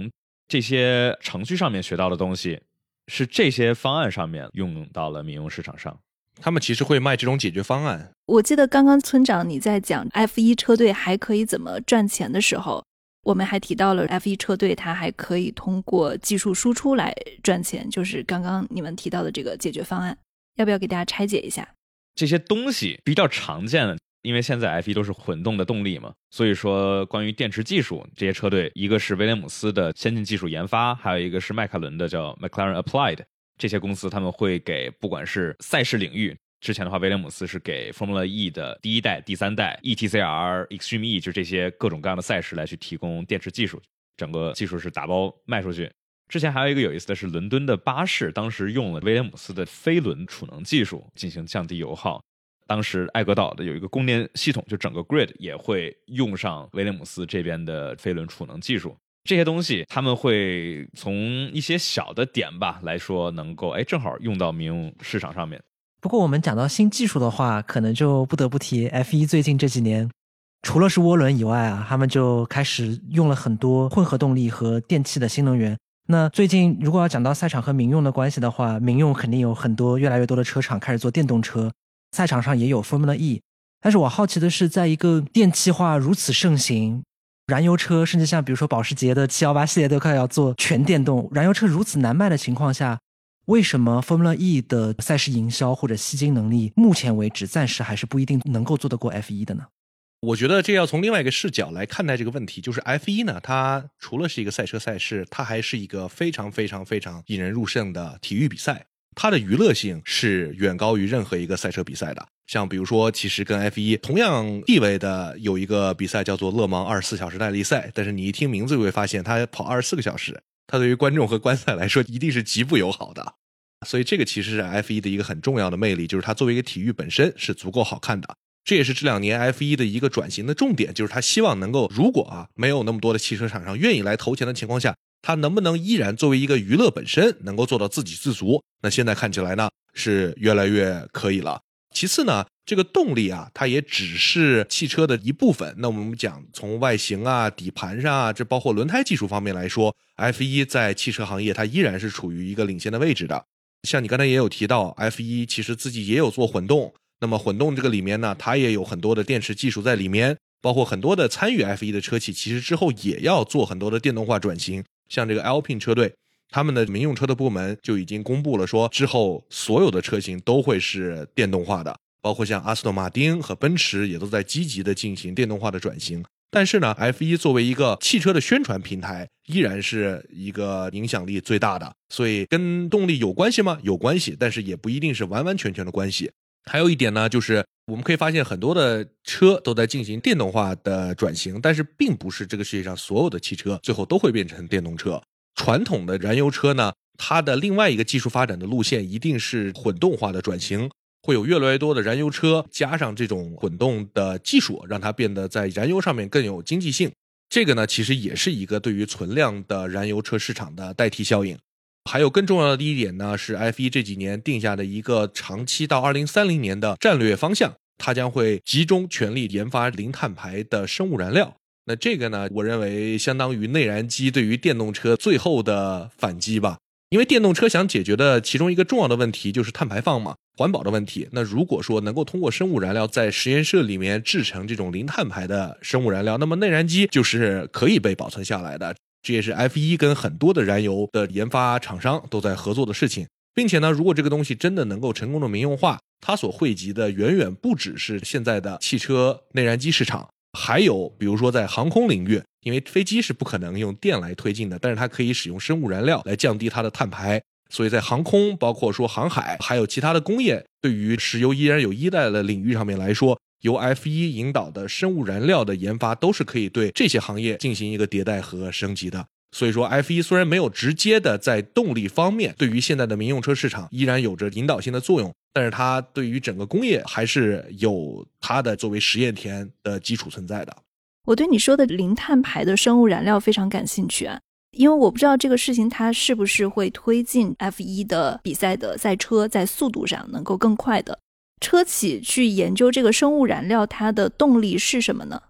这些程序上面学到的东西是这些方案上面用到了民用市场上。 他们其实会卖这种解决方案。 我记得刚刚村长你在讲 F1 车队还可以怎么赚钱的时候，我们还提到了 F1 车队它还可以通过技术输出来赚钱，就是刚刚你们提到的这个解决方案，要不要给大家拆解一下？ 这些东西比较常见的，因为现在 F1 都是混动的动力嘛，所以说关于电池技术，这些车队一个是威廉姆斯的先进技术研发，还有一个是迈凯伦的叫 McLaren Applied， 这些公司他们会给不管是赛事领域，之前的话威廉姆斯是给 Formula E 的第一代第三代 ETCR、Extreme E 就这些各种各样的赛事来去提供电池技术，整个技术是打包卖出去。之前还有一个有意思的是伦敦的巴士当时用了威廉姆斯的飞轮储能技术进行降低油耗，当时艾格岛的有一个供电系统，就整个 grid 也会用上威廉姆斯这边的飞轮储能技术。这些东西他们会从一些小的点吧来说能够正好用到民用市场上面。 不过我们讲到新技术的话，可能就不得不提 F1 最近这几年除了是涡轮以外啊，他们就开始用了很多混合动力和电气的新能源。那最近如果要讲到赛场和民用的关系的话，民用肯定有很多越来越多的车厂开始做电动车，赛场上也有 Formula E。 但是我好奇的是，在一个电气化如此盛行，燃油车甚至像比如说保时捷的718系列都快要做全电动，燃油车如此难卖的情况下，为什么 Formula E 的赛事营销或者吸金能力目前为止暂时还是不一定能够做得过 F1 的呢？ 我觉得这要从另外一个视角来看待这个问题，就是 F1 呢，它除了是一个赛车赛事，它还是一个非常非常非常引人入胜的体育比赛，它的娱乐性是远高于任何一个赛车比赛的。像比如说，其实跟 F1 同样地位的有一个比赛叫做勒芒24小时耐力赛，但是你一听名字就会发现它跑24个小时，它对于观众和观赛来说一定是极不友好的。所以这个其实是 F1 的一个很重要的魅力，就是它作为一个体育本身是足够好看的。这也是这两年 F1 的一个转型的重点，就是他希望能够，如果没有那么多的汽车厂商愿意来投钱的情况下，他能不能依然作为一个娱乐本身能够做到自给自足。那现在看起来呢是越来越可以了。其次呢，这个动力它也只是汽车的一部分。那我们讲从外形底盘上这包括轮胎技术方面来说， F1 在汽车行业它依然是处于一个领先的位置的。像你刚才也有提到， F1 其实自己也有做混动，那么混动这个里面呢，它也有很多的电池技术在里面，包括很多的参与 F1 的车企其实之后也要做很多的电动化转型。像这个 Alpine 车队，他们的民用车的部门就已经公布了说，之后所有的车型都会是电动化的，包括像阿斯顿马丁和奔驰也都在积极的进行电动化的转型。但是呢， F1 作为一个汽车的宣传平台，依然是一个影响力最大的，所以跟动力有关系吗？有关系，但是也不一定是完完全全的关系。还有一点呢，就是我们可以发现很多的车都在进行电动化的转型，但是并不是这个世界上所有的汽车最后都会变成电动车。传统的燃油车呢，它的另外一个技术发展的路线一定是混动化的转型，会有越来越多的燃油车加上这种混动的技术，让它变得在燃油上面更有经济性。这个呢，其实也是一个对于存量的燃油车市场的代替效应。还有更重要的一点呢，是 F1 这几年定下的一个长期到2030年的战略方向，它将会集中全力研发零碳排的生物燃料。那这个呢，我认为相当于内燃机对于电动车最后的反击吧。因为电动车想解决的其中一个重要的问题就是碳排放嘛，环保的问题。那如果说能够通过生物燃料在实验室里面制成这种零碳排的生物燃料，那么内燃机就是可以被保存下来的。这也是 F1 跟很多的燃油的研发厂商都在合作的事情。并且呢，如果这个东西真的能够成功的民用化，它所惠及的远远不只是现在的汽车内燃机市场，还有比如说在航空领域，因为飞机是不可能用电来推进的，但是它可以使用生物燃料来降低它的碳排。所以在航空，包括说航海，还有其他的工业，对于石油依然有依赖的领域上面来说，由 F1 引导的生物燃料的研发都是可以对这些行业进行一个迭代和升级的。所以说 F1 虽然没有直接的在动力方面对于现在的民用车市场依然有着引导性的作用，但是它对于整个工业还是有它的作为实验田的基础存在的。 我对你说的零碳排的生物燃料非常感兴趣啊，因为我不知道这个事情它是不是会推进 F1 的比赛的赛车在速度上能够更快的。车企去研究这个生物燃料它的动力是什么呢？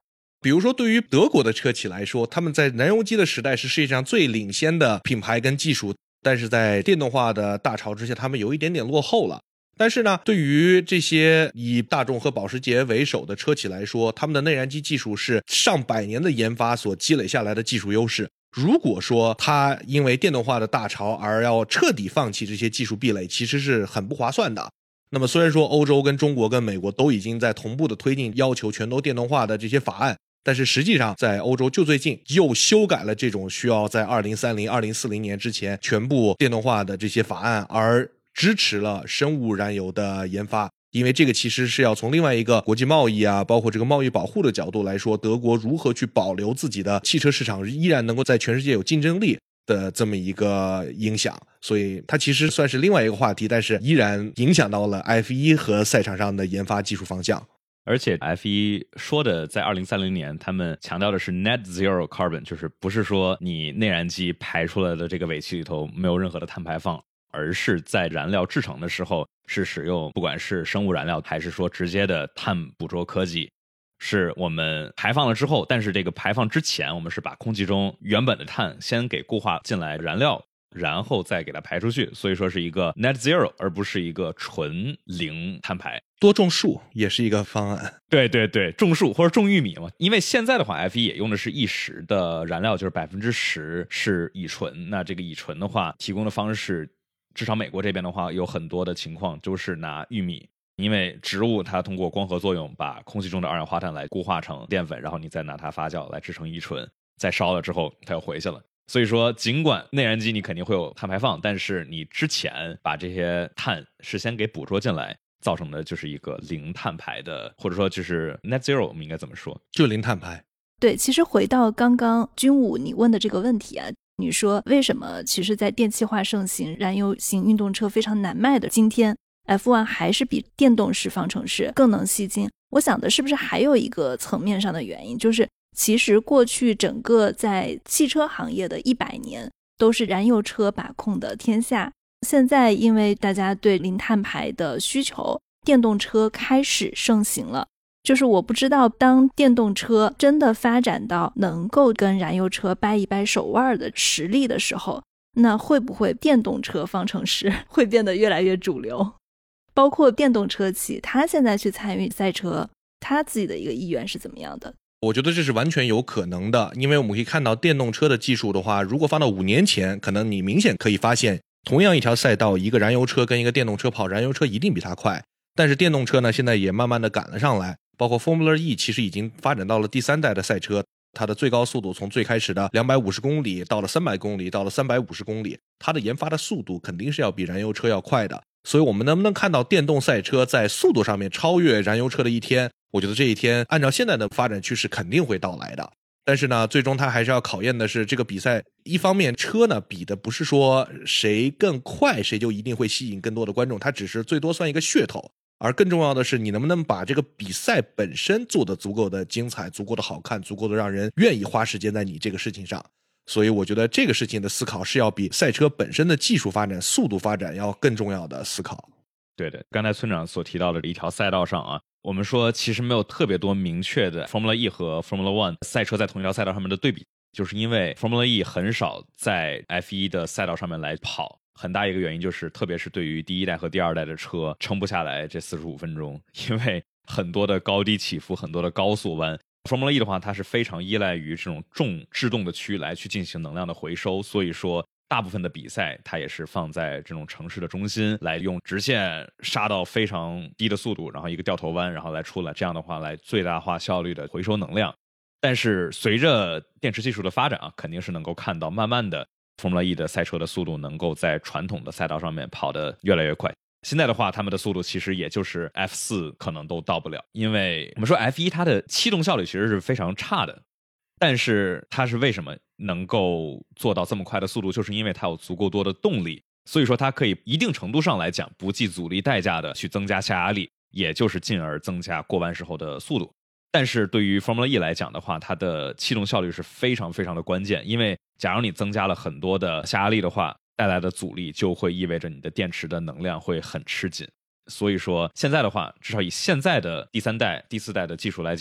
比如说对于德国的车企来说，他们在燃油机的时代是世界上最领先的品牌跟技术，但是在电动化的大潮之下，他们有一点点落后了。但是呢，对于这些以大众和保时捷为首的车企来说，他们的内燃机技术是上百年的研发所积累下来的技术优势。如果说它因为电动化的大潮而要彻底放弃这些技术壁垒，其实是很不划算的。那么虽然说欧洲跟中国跟美国都已经在同步的推进要求全都电动化的这些法案，但是实际上在欧洲就最近又修改了这种需要在2030、2040年之前全部电动化的这些法案，而支持了生物燃油的研发。因为这个其实是要从另外一个国际贸易啊，包括这个贸易保护的角度来说，德国如何去保留自己的汽车市场依然能够在全世界有竞争力的这么一个影响。所以它其实算是另外一个话题，但是依然影响到了 F1 和赛场上的研发技术方向。 而且 F1 说的在2030年他们强调的是 net zero carbon， 就是不是说你内燃机排出来的这个尾气里头没有任何的碳排放，而是在燃料制成的时候是使用不管是生物燃料还是说直接的碳捕捉科技，是我们排放了之后，但是这个排放之前我们是把空气中原本的碳先给固化进来燃料，然后再给它排出去，所以说是一个 net zero 而不是一个纯零碳排。 多种树也是一个方案。 对对对，种树或者种玉米嘛。因为现在的话 F1 也用的是10%的燃料，就是 10% 是乙醇。那这个乙醇的话提供的方式，至少美国这边的话有很多的情况就是拿玉米，因为植物它通过光合作用把空气中的二氧化碳来固化成淀粉，然后你再拿它发酵来制成乙醇，再烧了之后它又回去了。所以说尽管内燃机你肯定会有碳排放，但是你之前把这些碳事先给捕捉进来，造成的就是一个零碳排的，或者说就是 net zero， 我们应该怎么说？ 就零碳排。 对，其实回到刚刚军武你问的这个问题啊，你说为什么其实在电气化盛行、燃油型运动车非常难卖的今天， F1 还是比电动式方程式更能吸睛？我想的是不是还有一个层面上的原因，就是其实过去整个在汽车行业的100年都是燃油车把控的天下，现在因为大家对零碳排的需求，电动车开始盛行了。就是我不知道当电动车真的发展到能够跟燃油车掰一掰手腕的实力的时候，那会不会电动车方程式会变得越来越主流？包括电动车企他现在去参与赛车，他自己的一个意愿是怎么样的？ 我觉得这是完全有可能的，因为我们可以看到电动车的技术的话，如果放到5年前，可能你明显可以发现同样一条赛道，一个燃油车跟一个电动车跑，燃油车一定比它快。但是电动车呢，现在也慢慢的赶了上来，包括 Formula E 其实已经发展到了第3代的赛车，它的最高速度从最开始的250公里到了300公里，到了350公里，它的研发的速度肯定是要比燃油车要快的。所以我们能不能看到电动赛车在速度上面超越燃油车的一天？我觉得这一天按照现在的发展趋势肯定会到来的。但是呢，最终它还是要考验的是这个比赛，一方面车呢比的不是说谁更快谁就一定会吸引更多的观众，它只是最多算一个噱头，而更重要的是你能不能把这个比赛本身做得足够的精彩，足够的好看，足够的让人愿意花时间在你这个事情上。所以我觉得这个事情的思考是要比赛车本身的技术发展、速度发展要更重要的思考。 对的，刚才村长所提到的一条赛道上啊，我们说其实没有特别多明确的 Formula E 和 Formula One 赛车在同一条赛道上面的对比，就是因为 Formula E 很少在 F1 的赛道上面来跑，很大一个原因就是特别是对于第1代和第2代的车撑不下来这45分钟，因为很多的高低起伏，很多的高速弯。Formula E 的话它是非常依赖于这种重制动的区来去进行能量的回收，所以说大部分的比赛它也是放在这种城市的中心，来用直线杀到非常低的速度，然后一个掉头弯，然后来出来，这样的话来最大化效率的回收能量。但是随着电池技术的发展啊，肯定是能够看到慢慢的 Formula E 的赛车的速度能够在传统的赛道上面跑得越来越快。现在的话他们的速度其实也就是 F4 可能都到不了，因为我们说 F1 它的气动效率其实是非常差的，但是它是为什么能够做到这么快的速度，就是因为它有足够多的动力，所以说它可以一定程度上来讲不计阻力代价的去增加下压力，也就是进而增加过弯时候的速度。但是对于 Formula E 来讲的话，它的气动效率是非常非常的关键，因为假如你增加了很多的下压力的话，带来的阻力就会意味着你的电池的能量会很吃紧。所以说现在的话，至少以现在的第3代、第4代的技术来讲，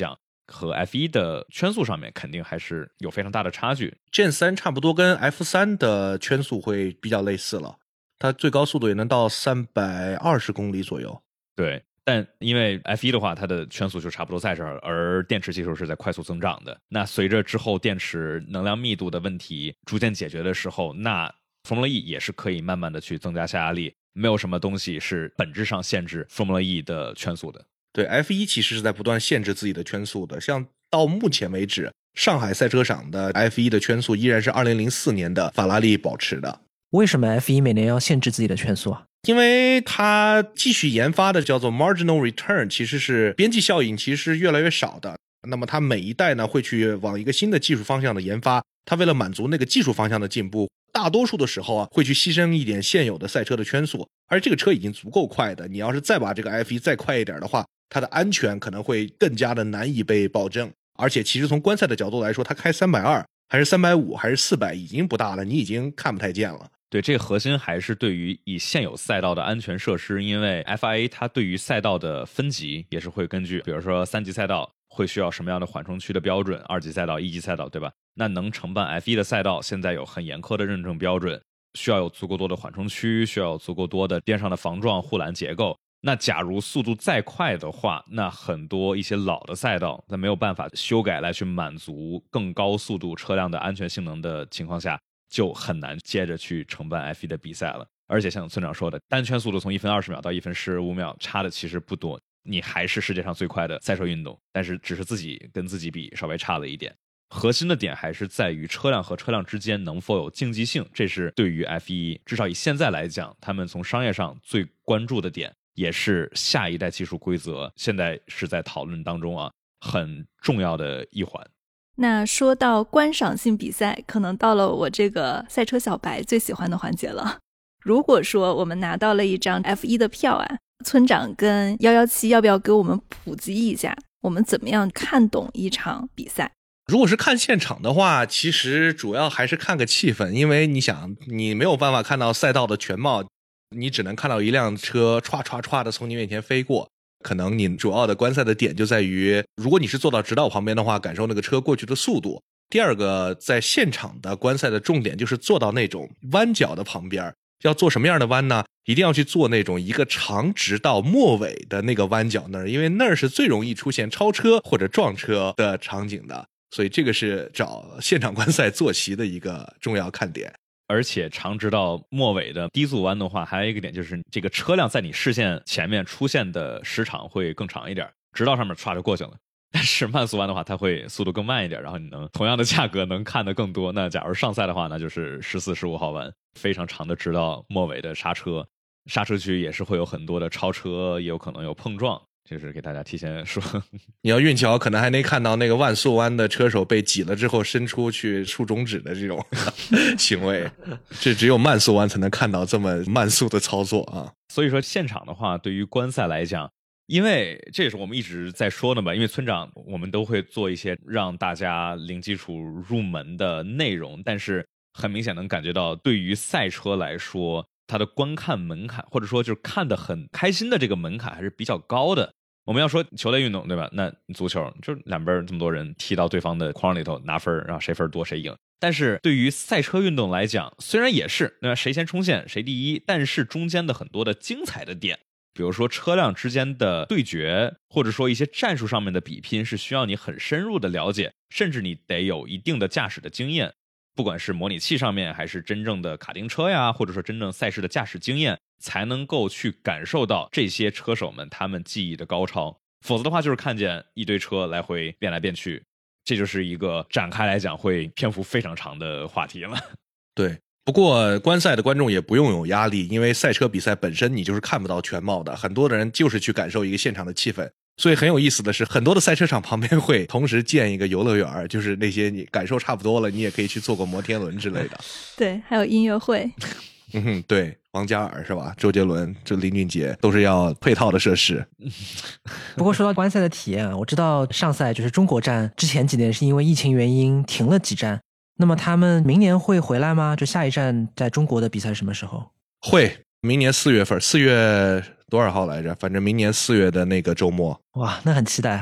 和 F1 的圈速上面肯定还是有非常大的差距。 Gen 3差不多跟 F3 的圈速会比较类似了，它最高速度也能到320公里左右。 对，但因为 F1 的话，它的圈速就差不多在这儿，而电池技术是在快速增长的。那随着之后电池能量密度的问题逐渐解决的时候，那 Formula E 也是可以慢慢的去增加下压力，没有什么东西是本质上限制 Formula E 的圈速的。 对 F1 其实是在不断限制自己的圈速的，像到目前为止上海赛车场的 F1 的圈速依然是2004年的法拉利保持的。 为什么 F1 每年要限制自己的圈速啊？ 因为它继续研发的叫做 marginal return， 其实是边际效应其实是越来越少的。那么它每一代呢会去往一个新的技术方向的研发，它为了满足那个技术方向的进步，大多数的时候啊会去牺牲一点现有的赛车的圈速，而这个车已经足够快的，你要是再把这个 F1 再快一点的话，它的安全可能会更加的难以被保证。而且其实从观赛的角度来说，它开320还是350还是400已经不大了，你已经看不太见了。 对，这个核心还是对于以现有赛道的安全设施，因为 FIA 它对于赛道的分级也是会根据，比如说3级赛道会需要什么样的缓冲区的标准，2级赛道、1级赛道，对吧？那能承办 F1 的赛道现在有很严苛的认证标准，需要有足够多的缓冲区，需要有足够多的边上的防撞护栏结构。那假如速度再快的话，那很多一些老的赛道在没有办法修改来去满足更高速度车辆的安全性能的情况下，就很难接着去承办 F1 的比赛了。而且像村长说的，单圈速度从1分20秒到1分15秒差的其实不多，你还是世界上最快的赛车运动，但是只是自己跟自己比稍微差了一点。核心的点还是在于车辆和车辆之间能否有竞技性，这是对于 F1 至少以现在来讲，他们从商业上最关注的点，也是下一代技术规则现在是在讨论当中啊，很重要的一环。 那说到观赏性比赛，可能到了我这个赛车小白最喜欢的环节了。如果说我们拿到了一张 F1 的票啊，村长跟117要不要给我们普及一下，我们怎么样看懂一场比赛？ 如果是看现场的话，其实主要还是看个气氛，因为你想，你没有办法看到赛道的全貌，你只能看到一辆车唰唰唰的从你面前飞过。可能你主要的观赛的点就在于，如果你是坐到直道旁边的话，感受那个车过去的速度。第二个，在现场的观赛的重点就是坐到那种弯角的旁边。要做什么样的弯呢？一定要去做那种一个长直到末尾的那个弯角那儿，因为那儿是最容易出现超车或者撞车的场景的。所以这个是找现场观赛坐席的一个重要看点。 而且长直到末尾的低速弯的话，还有一个点就是这个车辆在你视线前面出现的时长会更长一点，直道上面唰就过去了。但是慢速弯的话，它会速度更慢一点，然后你能同样的价格能看得更多。那假如上赛的话，那就是14、15号弯，非常长的直到末尾的刹车区也是会有很多的超车，也有可能有碰撞。就是给大家提前说， 你要运气好，可能还能看到那个万速弯的车手被挤了之后伸出去竖中指的这种行为，这只有慢速弯才能看到这么慢速的操作啊。 所以说现场的话，对于观赛来讲，因为这也是我们一直在说的嘛，因为村长我们都会做一些让大家零基础入门的内容，但是很明显能感觉到，对于赛车来说，它的观看门槛，或者说就是看得很开心的这个门槛还是比较高的。我们要说球类运动，对吧？那足球就两边这么多人踢到对方的框里头拿分，然后谁分多谁赢。但是对于赛车运动来讲，虽然也是对吧，谁先冲线谁第一，但是中间的很多的精彩的点，比如说车辆之间的对决，或者说一些战术上面的比拼，是需要你很深入的了解，甚至你得有一定的驾驶的经验。不管是模拟器上面，还是真正的卡丁车呀，或者说真正赛事的驾驶经验，才能够去感受到这些车手们他们技艺的高超。否则的话，就是看见一堆车来回变来变去，这就是一个展开来讲会篇幅非常长的话题了。 对，不过观赛的观众也不用有压力，因为赛车比赛本身你就是看不到全貌的，很多的人就是去感受一个现场的气氛。所以很有意思的是，很多的赛车场旁边会同时建一个游乐园，就是那些你感受差不多了，你也可以去坐个摩天轮之类的。 对，还有音乐会。 对，王嘉尔是吧？周杰伦、这林俊杰都是要配套的设施。 不过说到观赛的体验啊，我知道上赛就是中国站之前几年是因为疫情原因停了几站，那么他们明年会回来吗？就下一站在中国的比赛是什么时候？ 会，明年4月份，4月多少号来着？反正明年4月的那个周末。 哇，那很期待啊。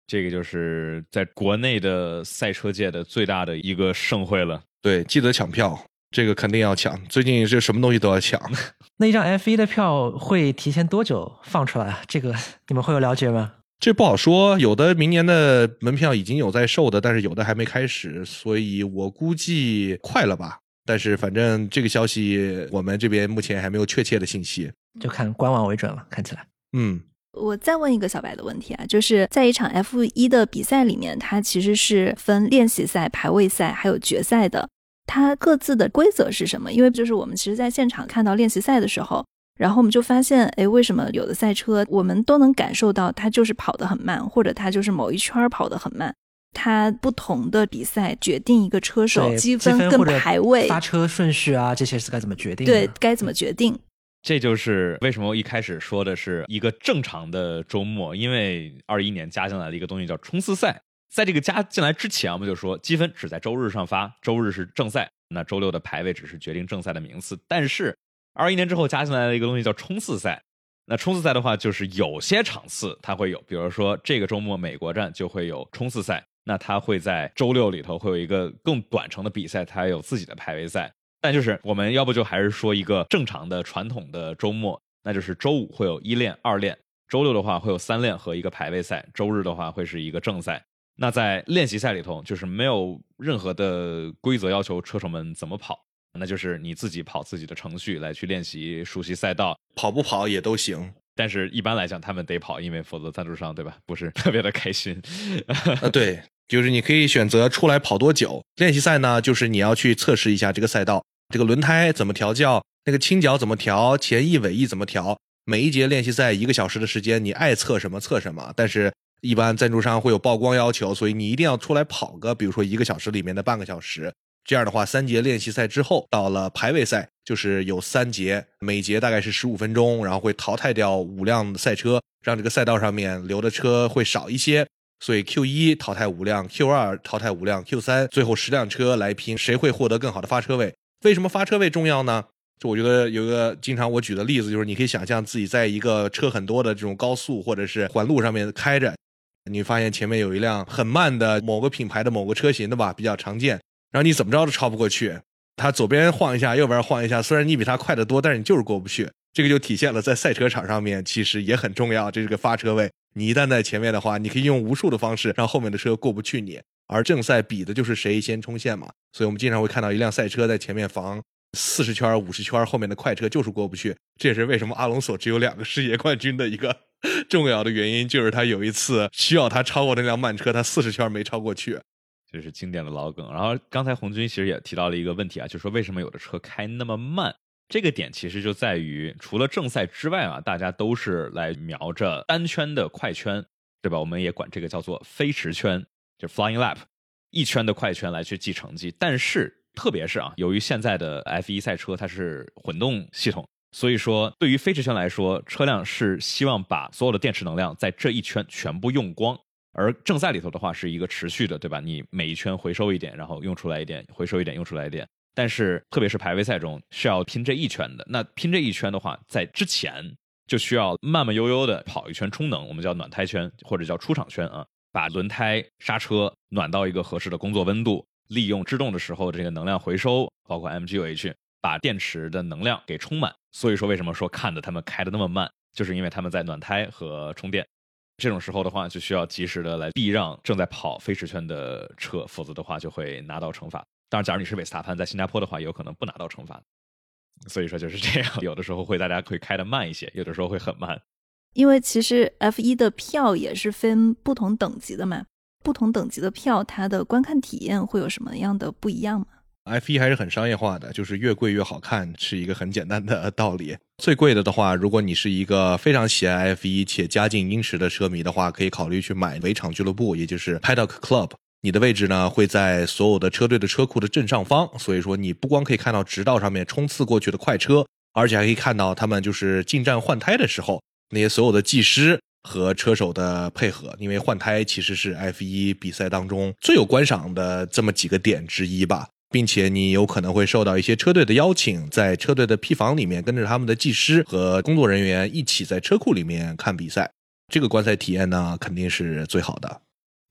这个就是在国内的赛车界的最大的一个盛会了。 对，记得抢票，这个肯定要抢，最近这什么东西都要抢。 那一张 F1 的票会提前多久放出来啊？这个你们会有了解吗？ 这不好说，有的明年的门票已经有在售的，但是有的还没开始，所以我估计快了吧。但是反正这个消息我们这边目前还没有确切的信息， 就看官网为准了，看起来。 我再问一个小白的问题啊，就是在一场 F1 的比赛里面，它其实是分练习赛、排位赛还有决赛的，它各自的规则是什么？因为就是我们其实在现场看到练习赛的时候，然后我们就发现，哎，为什么有的赛车我们都能感受到它就是跑得很慢，或者它就是某一圈跑得很慢，它不同的比赛决定一个车手积分跟排位、 发车顺序啊，这些是该怎么决定的？ 对，该怎么决定？ 这就是为什么我一开始说的是一个正常的周末，因为21年加进来的一个东西叫冲刺赛。在这个加进来之前，我们就说积分只在周日上发，周日是正赛，那周六的排位只是决定正赛的名次。但是21年之后加进来的一个东西叫冲刺赛，那冲刺赛的话就是有些场次它会有，比如说这个周末美国站就会有冲刺赛，那它会在周六里头会有一个更短程的比赛，它有自己的排位赛。但就是我们要不就还是说一个正常的传统的周末，那就是周五会有1练2练，周六的话会有3练和一个排位赛，周日的话会是一个正赛。那在练习赛里头就是没有任何的规则要求车手们怎么跑，那就是你自己跑自己的程序来去练习熟悉赛道， 跑不跑也都行。 但是一般来讲他们得跑，因为否则赞助商对吧不是特别的开心。 对，就是你可以选择出来跑多久。练习赛呢，就是你要去测试一下这个赛道，这个轮胎怎么调教，那个倾角怎么调，前翼尾翼怎么调。每一节练习赛1个小时的时间，你爱测什么测什么，但是一般赞助商会有曝光要求，所以你一定要出来跑个比如说1个小时里面的半个小时。这样的话3节练习赛之后到了排位赛，就是有3节，每节大概是15分钟，然后会淘汰掉5辆赛车，让这个赛道上面留的车会少一些，所以 Q1 淘汰5辆， Q2 淘汰5辆， Q3 最后10辆车来拼谁会获得更好的发车位。为什么发车位重要呢？就我觉得有一个经常我举的例子，就是你可以想象自己在一个车很多的这种高速或者是环路上面开着，你发现前面有一辆很慢的某个品牌的某个车型的吧，比较常见，然后你怎么着都超不过去，他左边晃一下右边晃一下，虽然你比他快得多，但是你就是过不去。这个就体现了在赛车场上面其实也很重要，这是个发车位，你一旦在前面的话，你可以用无数的方式让后面的车过不去你，而正赛比的就是谁先冲线嘛。所以我们经常会看到一辆赛车在前面防40圈50圈，后面的快车就是过不去。这也是为什么阿隆索只有2个世界冠军的一个重要的原因，就是他有一次需要他超过那辆慢车，他40圈没超过去。 这是经典的老梗。然后刚才红军其实也提到了一个问题啊，就是说为什么有的车开那么慢。这个点其实就在于除了正赛之外啊，大家都是来瞄着单圈的快圈，对吧？我们也管这个叫做飞驰圈，就 flying lap， 一圈的快圈来去记成绩。但是特别是啊，由于现在的 F1 赛车它是混动系统，所以说对于飞驰圈来说，车辆是希望把所有的电池能量在这一圈全部用光。而正赛里头的话是一个持续的，对吧？你每一圈回收一点，然后用出来一点，回收一点，用出来一点。但是特别是排位赛中是要拼这一圈的，那拼这一圈的话，在之前就需要慢慢悠悠的跑一圈充能，我们叫暖胎圈或者叫出厂圈啊，把轮胎刹车暖到一个合适的工作温度，利用制动的时候这个能量回收，包括 MGUH， 把电池的能量给充满。所以说为什么说看着他们开的那么慢，就是因为他们在暖胎和充电。这种时候的话就需要及时的来避让正在跑飞驰圈的车，否则的话就会拿到惩罚。当然假如你是维斯塔潘在新加坡的话也有可能不拿到惩罚。所以说就是这样，有的时候大家会开得慢一些，有的时候会很慢。 因为其实 F1 的票也是分不同等级的嘛，不同等级的票它的观看体验会有什么样的不一样吗？ F1 还是很商业化的，就是越贵越好看，是一个很简单的道理。最贵的话，如果你是一个非常喜爱 F1 且家境殷实的车迷的话，可以考虑去买围场俱乐部，也就是 Paddock Club。你的位置呢会在所有的车队的车库的正上方，所以说你不光可以看到直道上面冲刺过去的快车，而且还可以看到他们就是进站换胎的时候那些所有的技师和车手的配合。因为换胎其实是 F1 比赛当中最有观赏的这么几个点之一吧，并且你有可能会受到一些车队的邀请，在车队的 P 房里面跟着他们的技师和工作人员一起在车库里面看比赛。这个观赛体验呢肯定是最好的。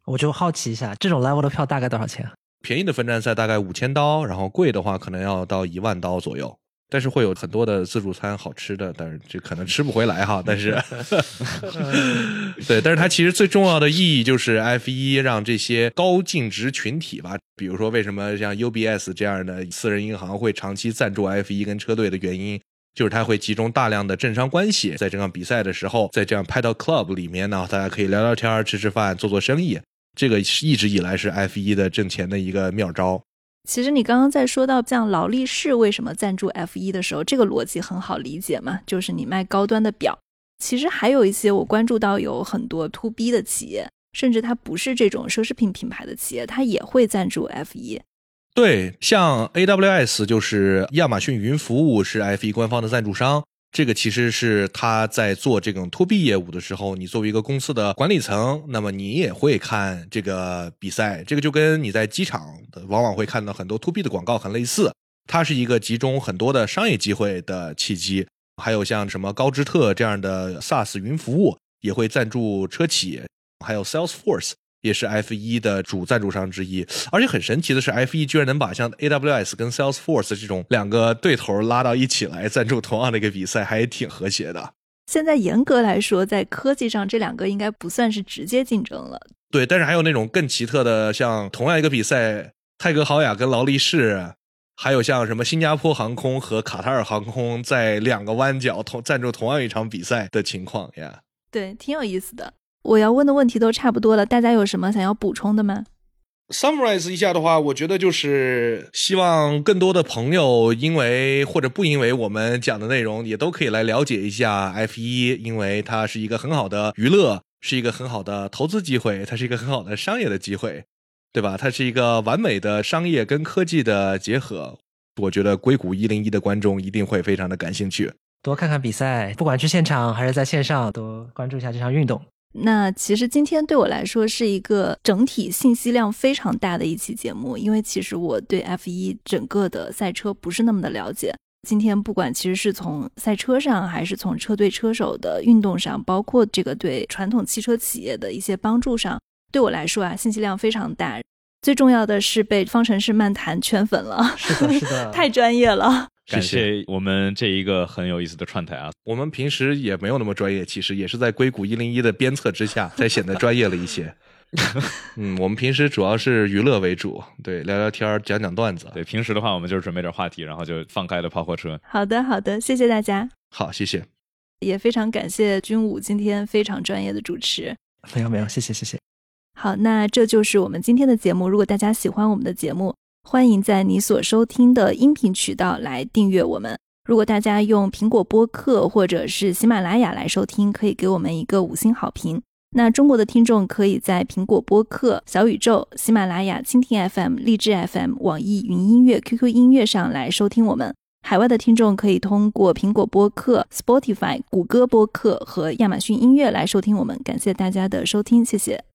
我就好奇一下，这种 level 的票大概多少钱？ 便宜的分站赛大概$5000，然后贵的话可能要到$10000左右。但是会有很多的自助餐好吃的，但是这可能吃不回来哈。但是，对，但是它其实最重要的意义就是 F1 让这些高净值群体吧，比如说为什么像 UBS 这样的私人银行会长期赞助 F1 跟车队的原因，就是它会集中大量的政商关系，在这场比赛的时候，在这样 Paddock Club 里面呢，大家可以聊聊天、吃吃饭、做做生意。这个一直以来是 F1 的挣钱的一个妙招。 其实你刚刚在说到像劳力士为什么赞助 F1 的时候，这个逻辑很好理解嘛，就是你卖高端的表。其实还有一些我关注到有很多 to B 的企业，甚至它不是这种奢侈品品牌的企业，它也会赞助 F1。 对，像 AWS 就是亚马逊云服务是 F1 官方的赞助商，这个其实是他在做这种 to B 业务的时候，你作为一个公司的管理层，那么你也会看这个比赛，这个就跟你在机场往往会看到很多 to B 的广告很类似，它是一个集中很多的商业机会的契机。还有像什么高知特这样的 SaaS 云服务也会赞助车企，还有 Salesforce也是 F1 的主赞助商之一。而且很神奇的是 F1 居然能把像 AWS 跟 Salesforce 这种两个对头拉到一起来赞助同样的一个比赛，还挺和谐的。 现在严格来说在科技上这两个应该不算是直接竞争了。 对，但是还有那种更奇特的，像同样一个比赛，泰格豪雅跟劳力士，还有像什么新加坡航空和卡塔尔航空在两个弯角赞助同样一场比赛的情况呀。 对，挺有意思的。我要问的问题都差不多了，大家有什么想要补充的吗？ Summarize 一下的话，我觉得就是希望更多的朋友因为或者不因为我们讲的内容也都可以来了解一下 F1， 因为它是一个很好的娱乐，是一个很好的投资机会，它是一个很好的商业的机会，对吧？它是一个完美的商业跟科技的结合。我觉得硅谷101的观众一定会非常的感兴趣， 多看看比赛，不管去现场还是在线上，多关注一下这项运动。 那其实今天对我来说是一个整体信息量非常大的一期节目，因为其实我对 F1 整个的赛车不是那么的了解。今天不管其实是从赛车上还是从车队车手的运动上，包括这个对传统汽车企业的一些帮助上，对我来说啊，信息量非常大。最重要的是被方程式漫谈圈粉了， 是的，是的， 太专业了。 感谢我们这一个很有意思的串台啊！ 我们平时也没有那么专业，其实也是在硅谷101的鞭策之下才显得专业了一些。我们平时主要是娱乐为主，对，聊聊天讲讲段子。 对，平时的话我们就是准备点话题，然后就放开了跑火车。 好的好的，谢谢大家。 好，谢谢。 也非常感谢军武今天非常专业的主持。 没有，谢谢谢谢。 好，那这就是我们今天的节目。如果大家喜欢我们的节目，欢迎在你所收听的音频渠道来订阅我们。如果大家用苹果播客或者是喜马拉雅来收听，可以给我们一个5星好评。那中国的听众可以在苹果播客、小宇宙、喜马拉雅、蜻蜓 FM、荔枝 FM、网易云音乐、QQ 音乐上来收听我们。海外的听众可以通过苹果播客、Spotify、谷歌播客和亚马逊音乐来收听我们。感谢大家的收听，谢谢。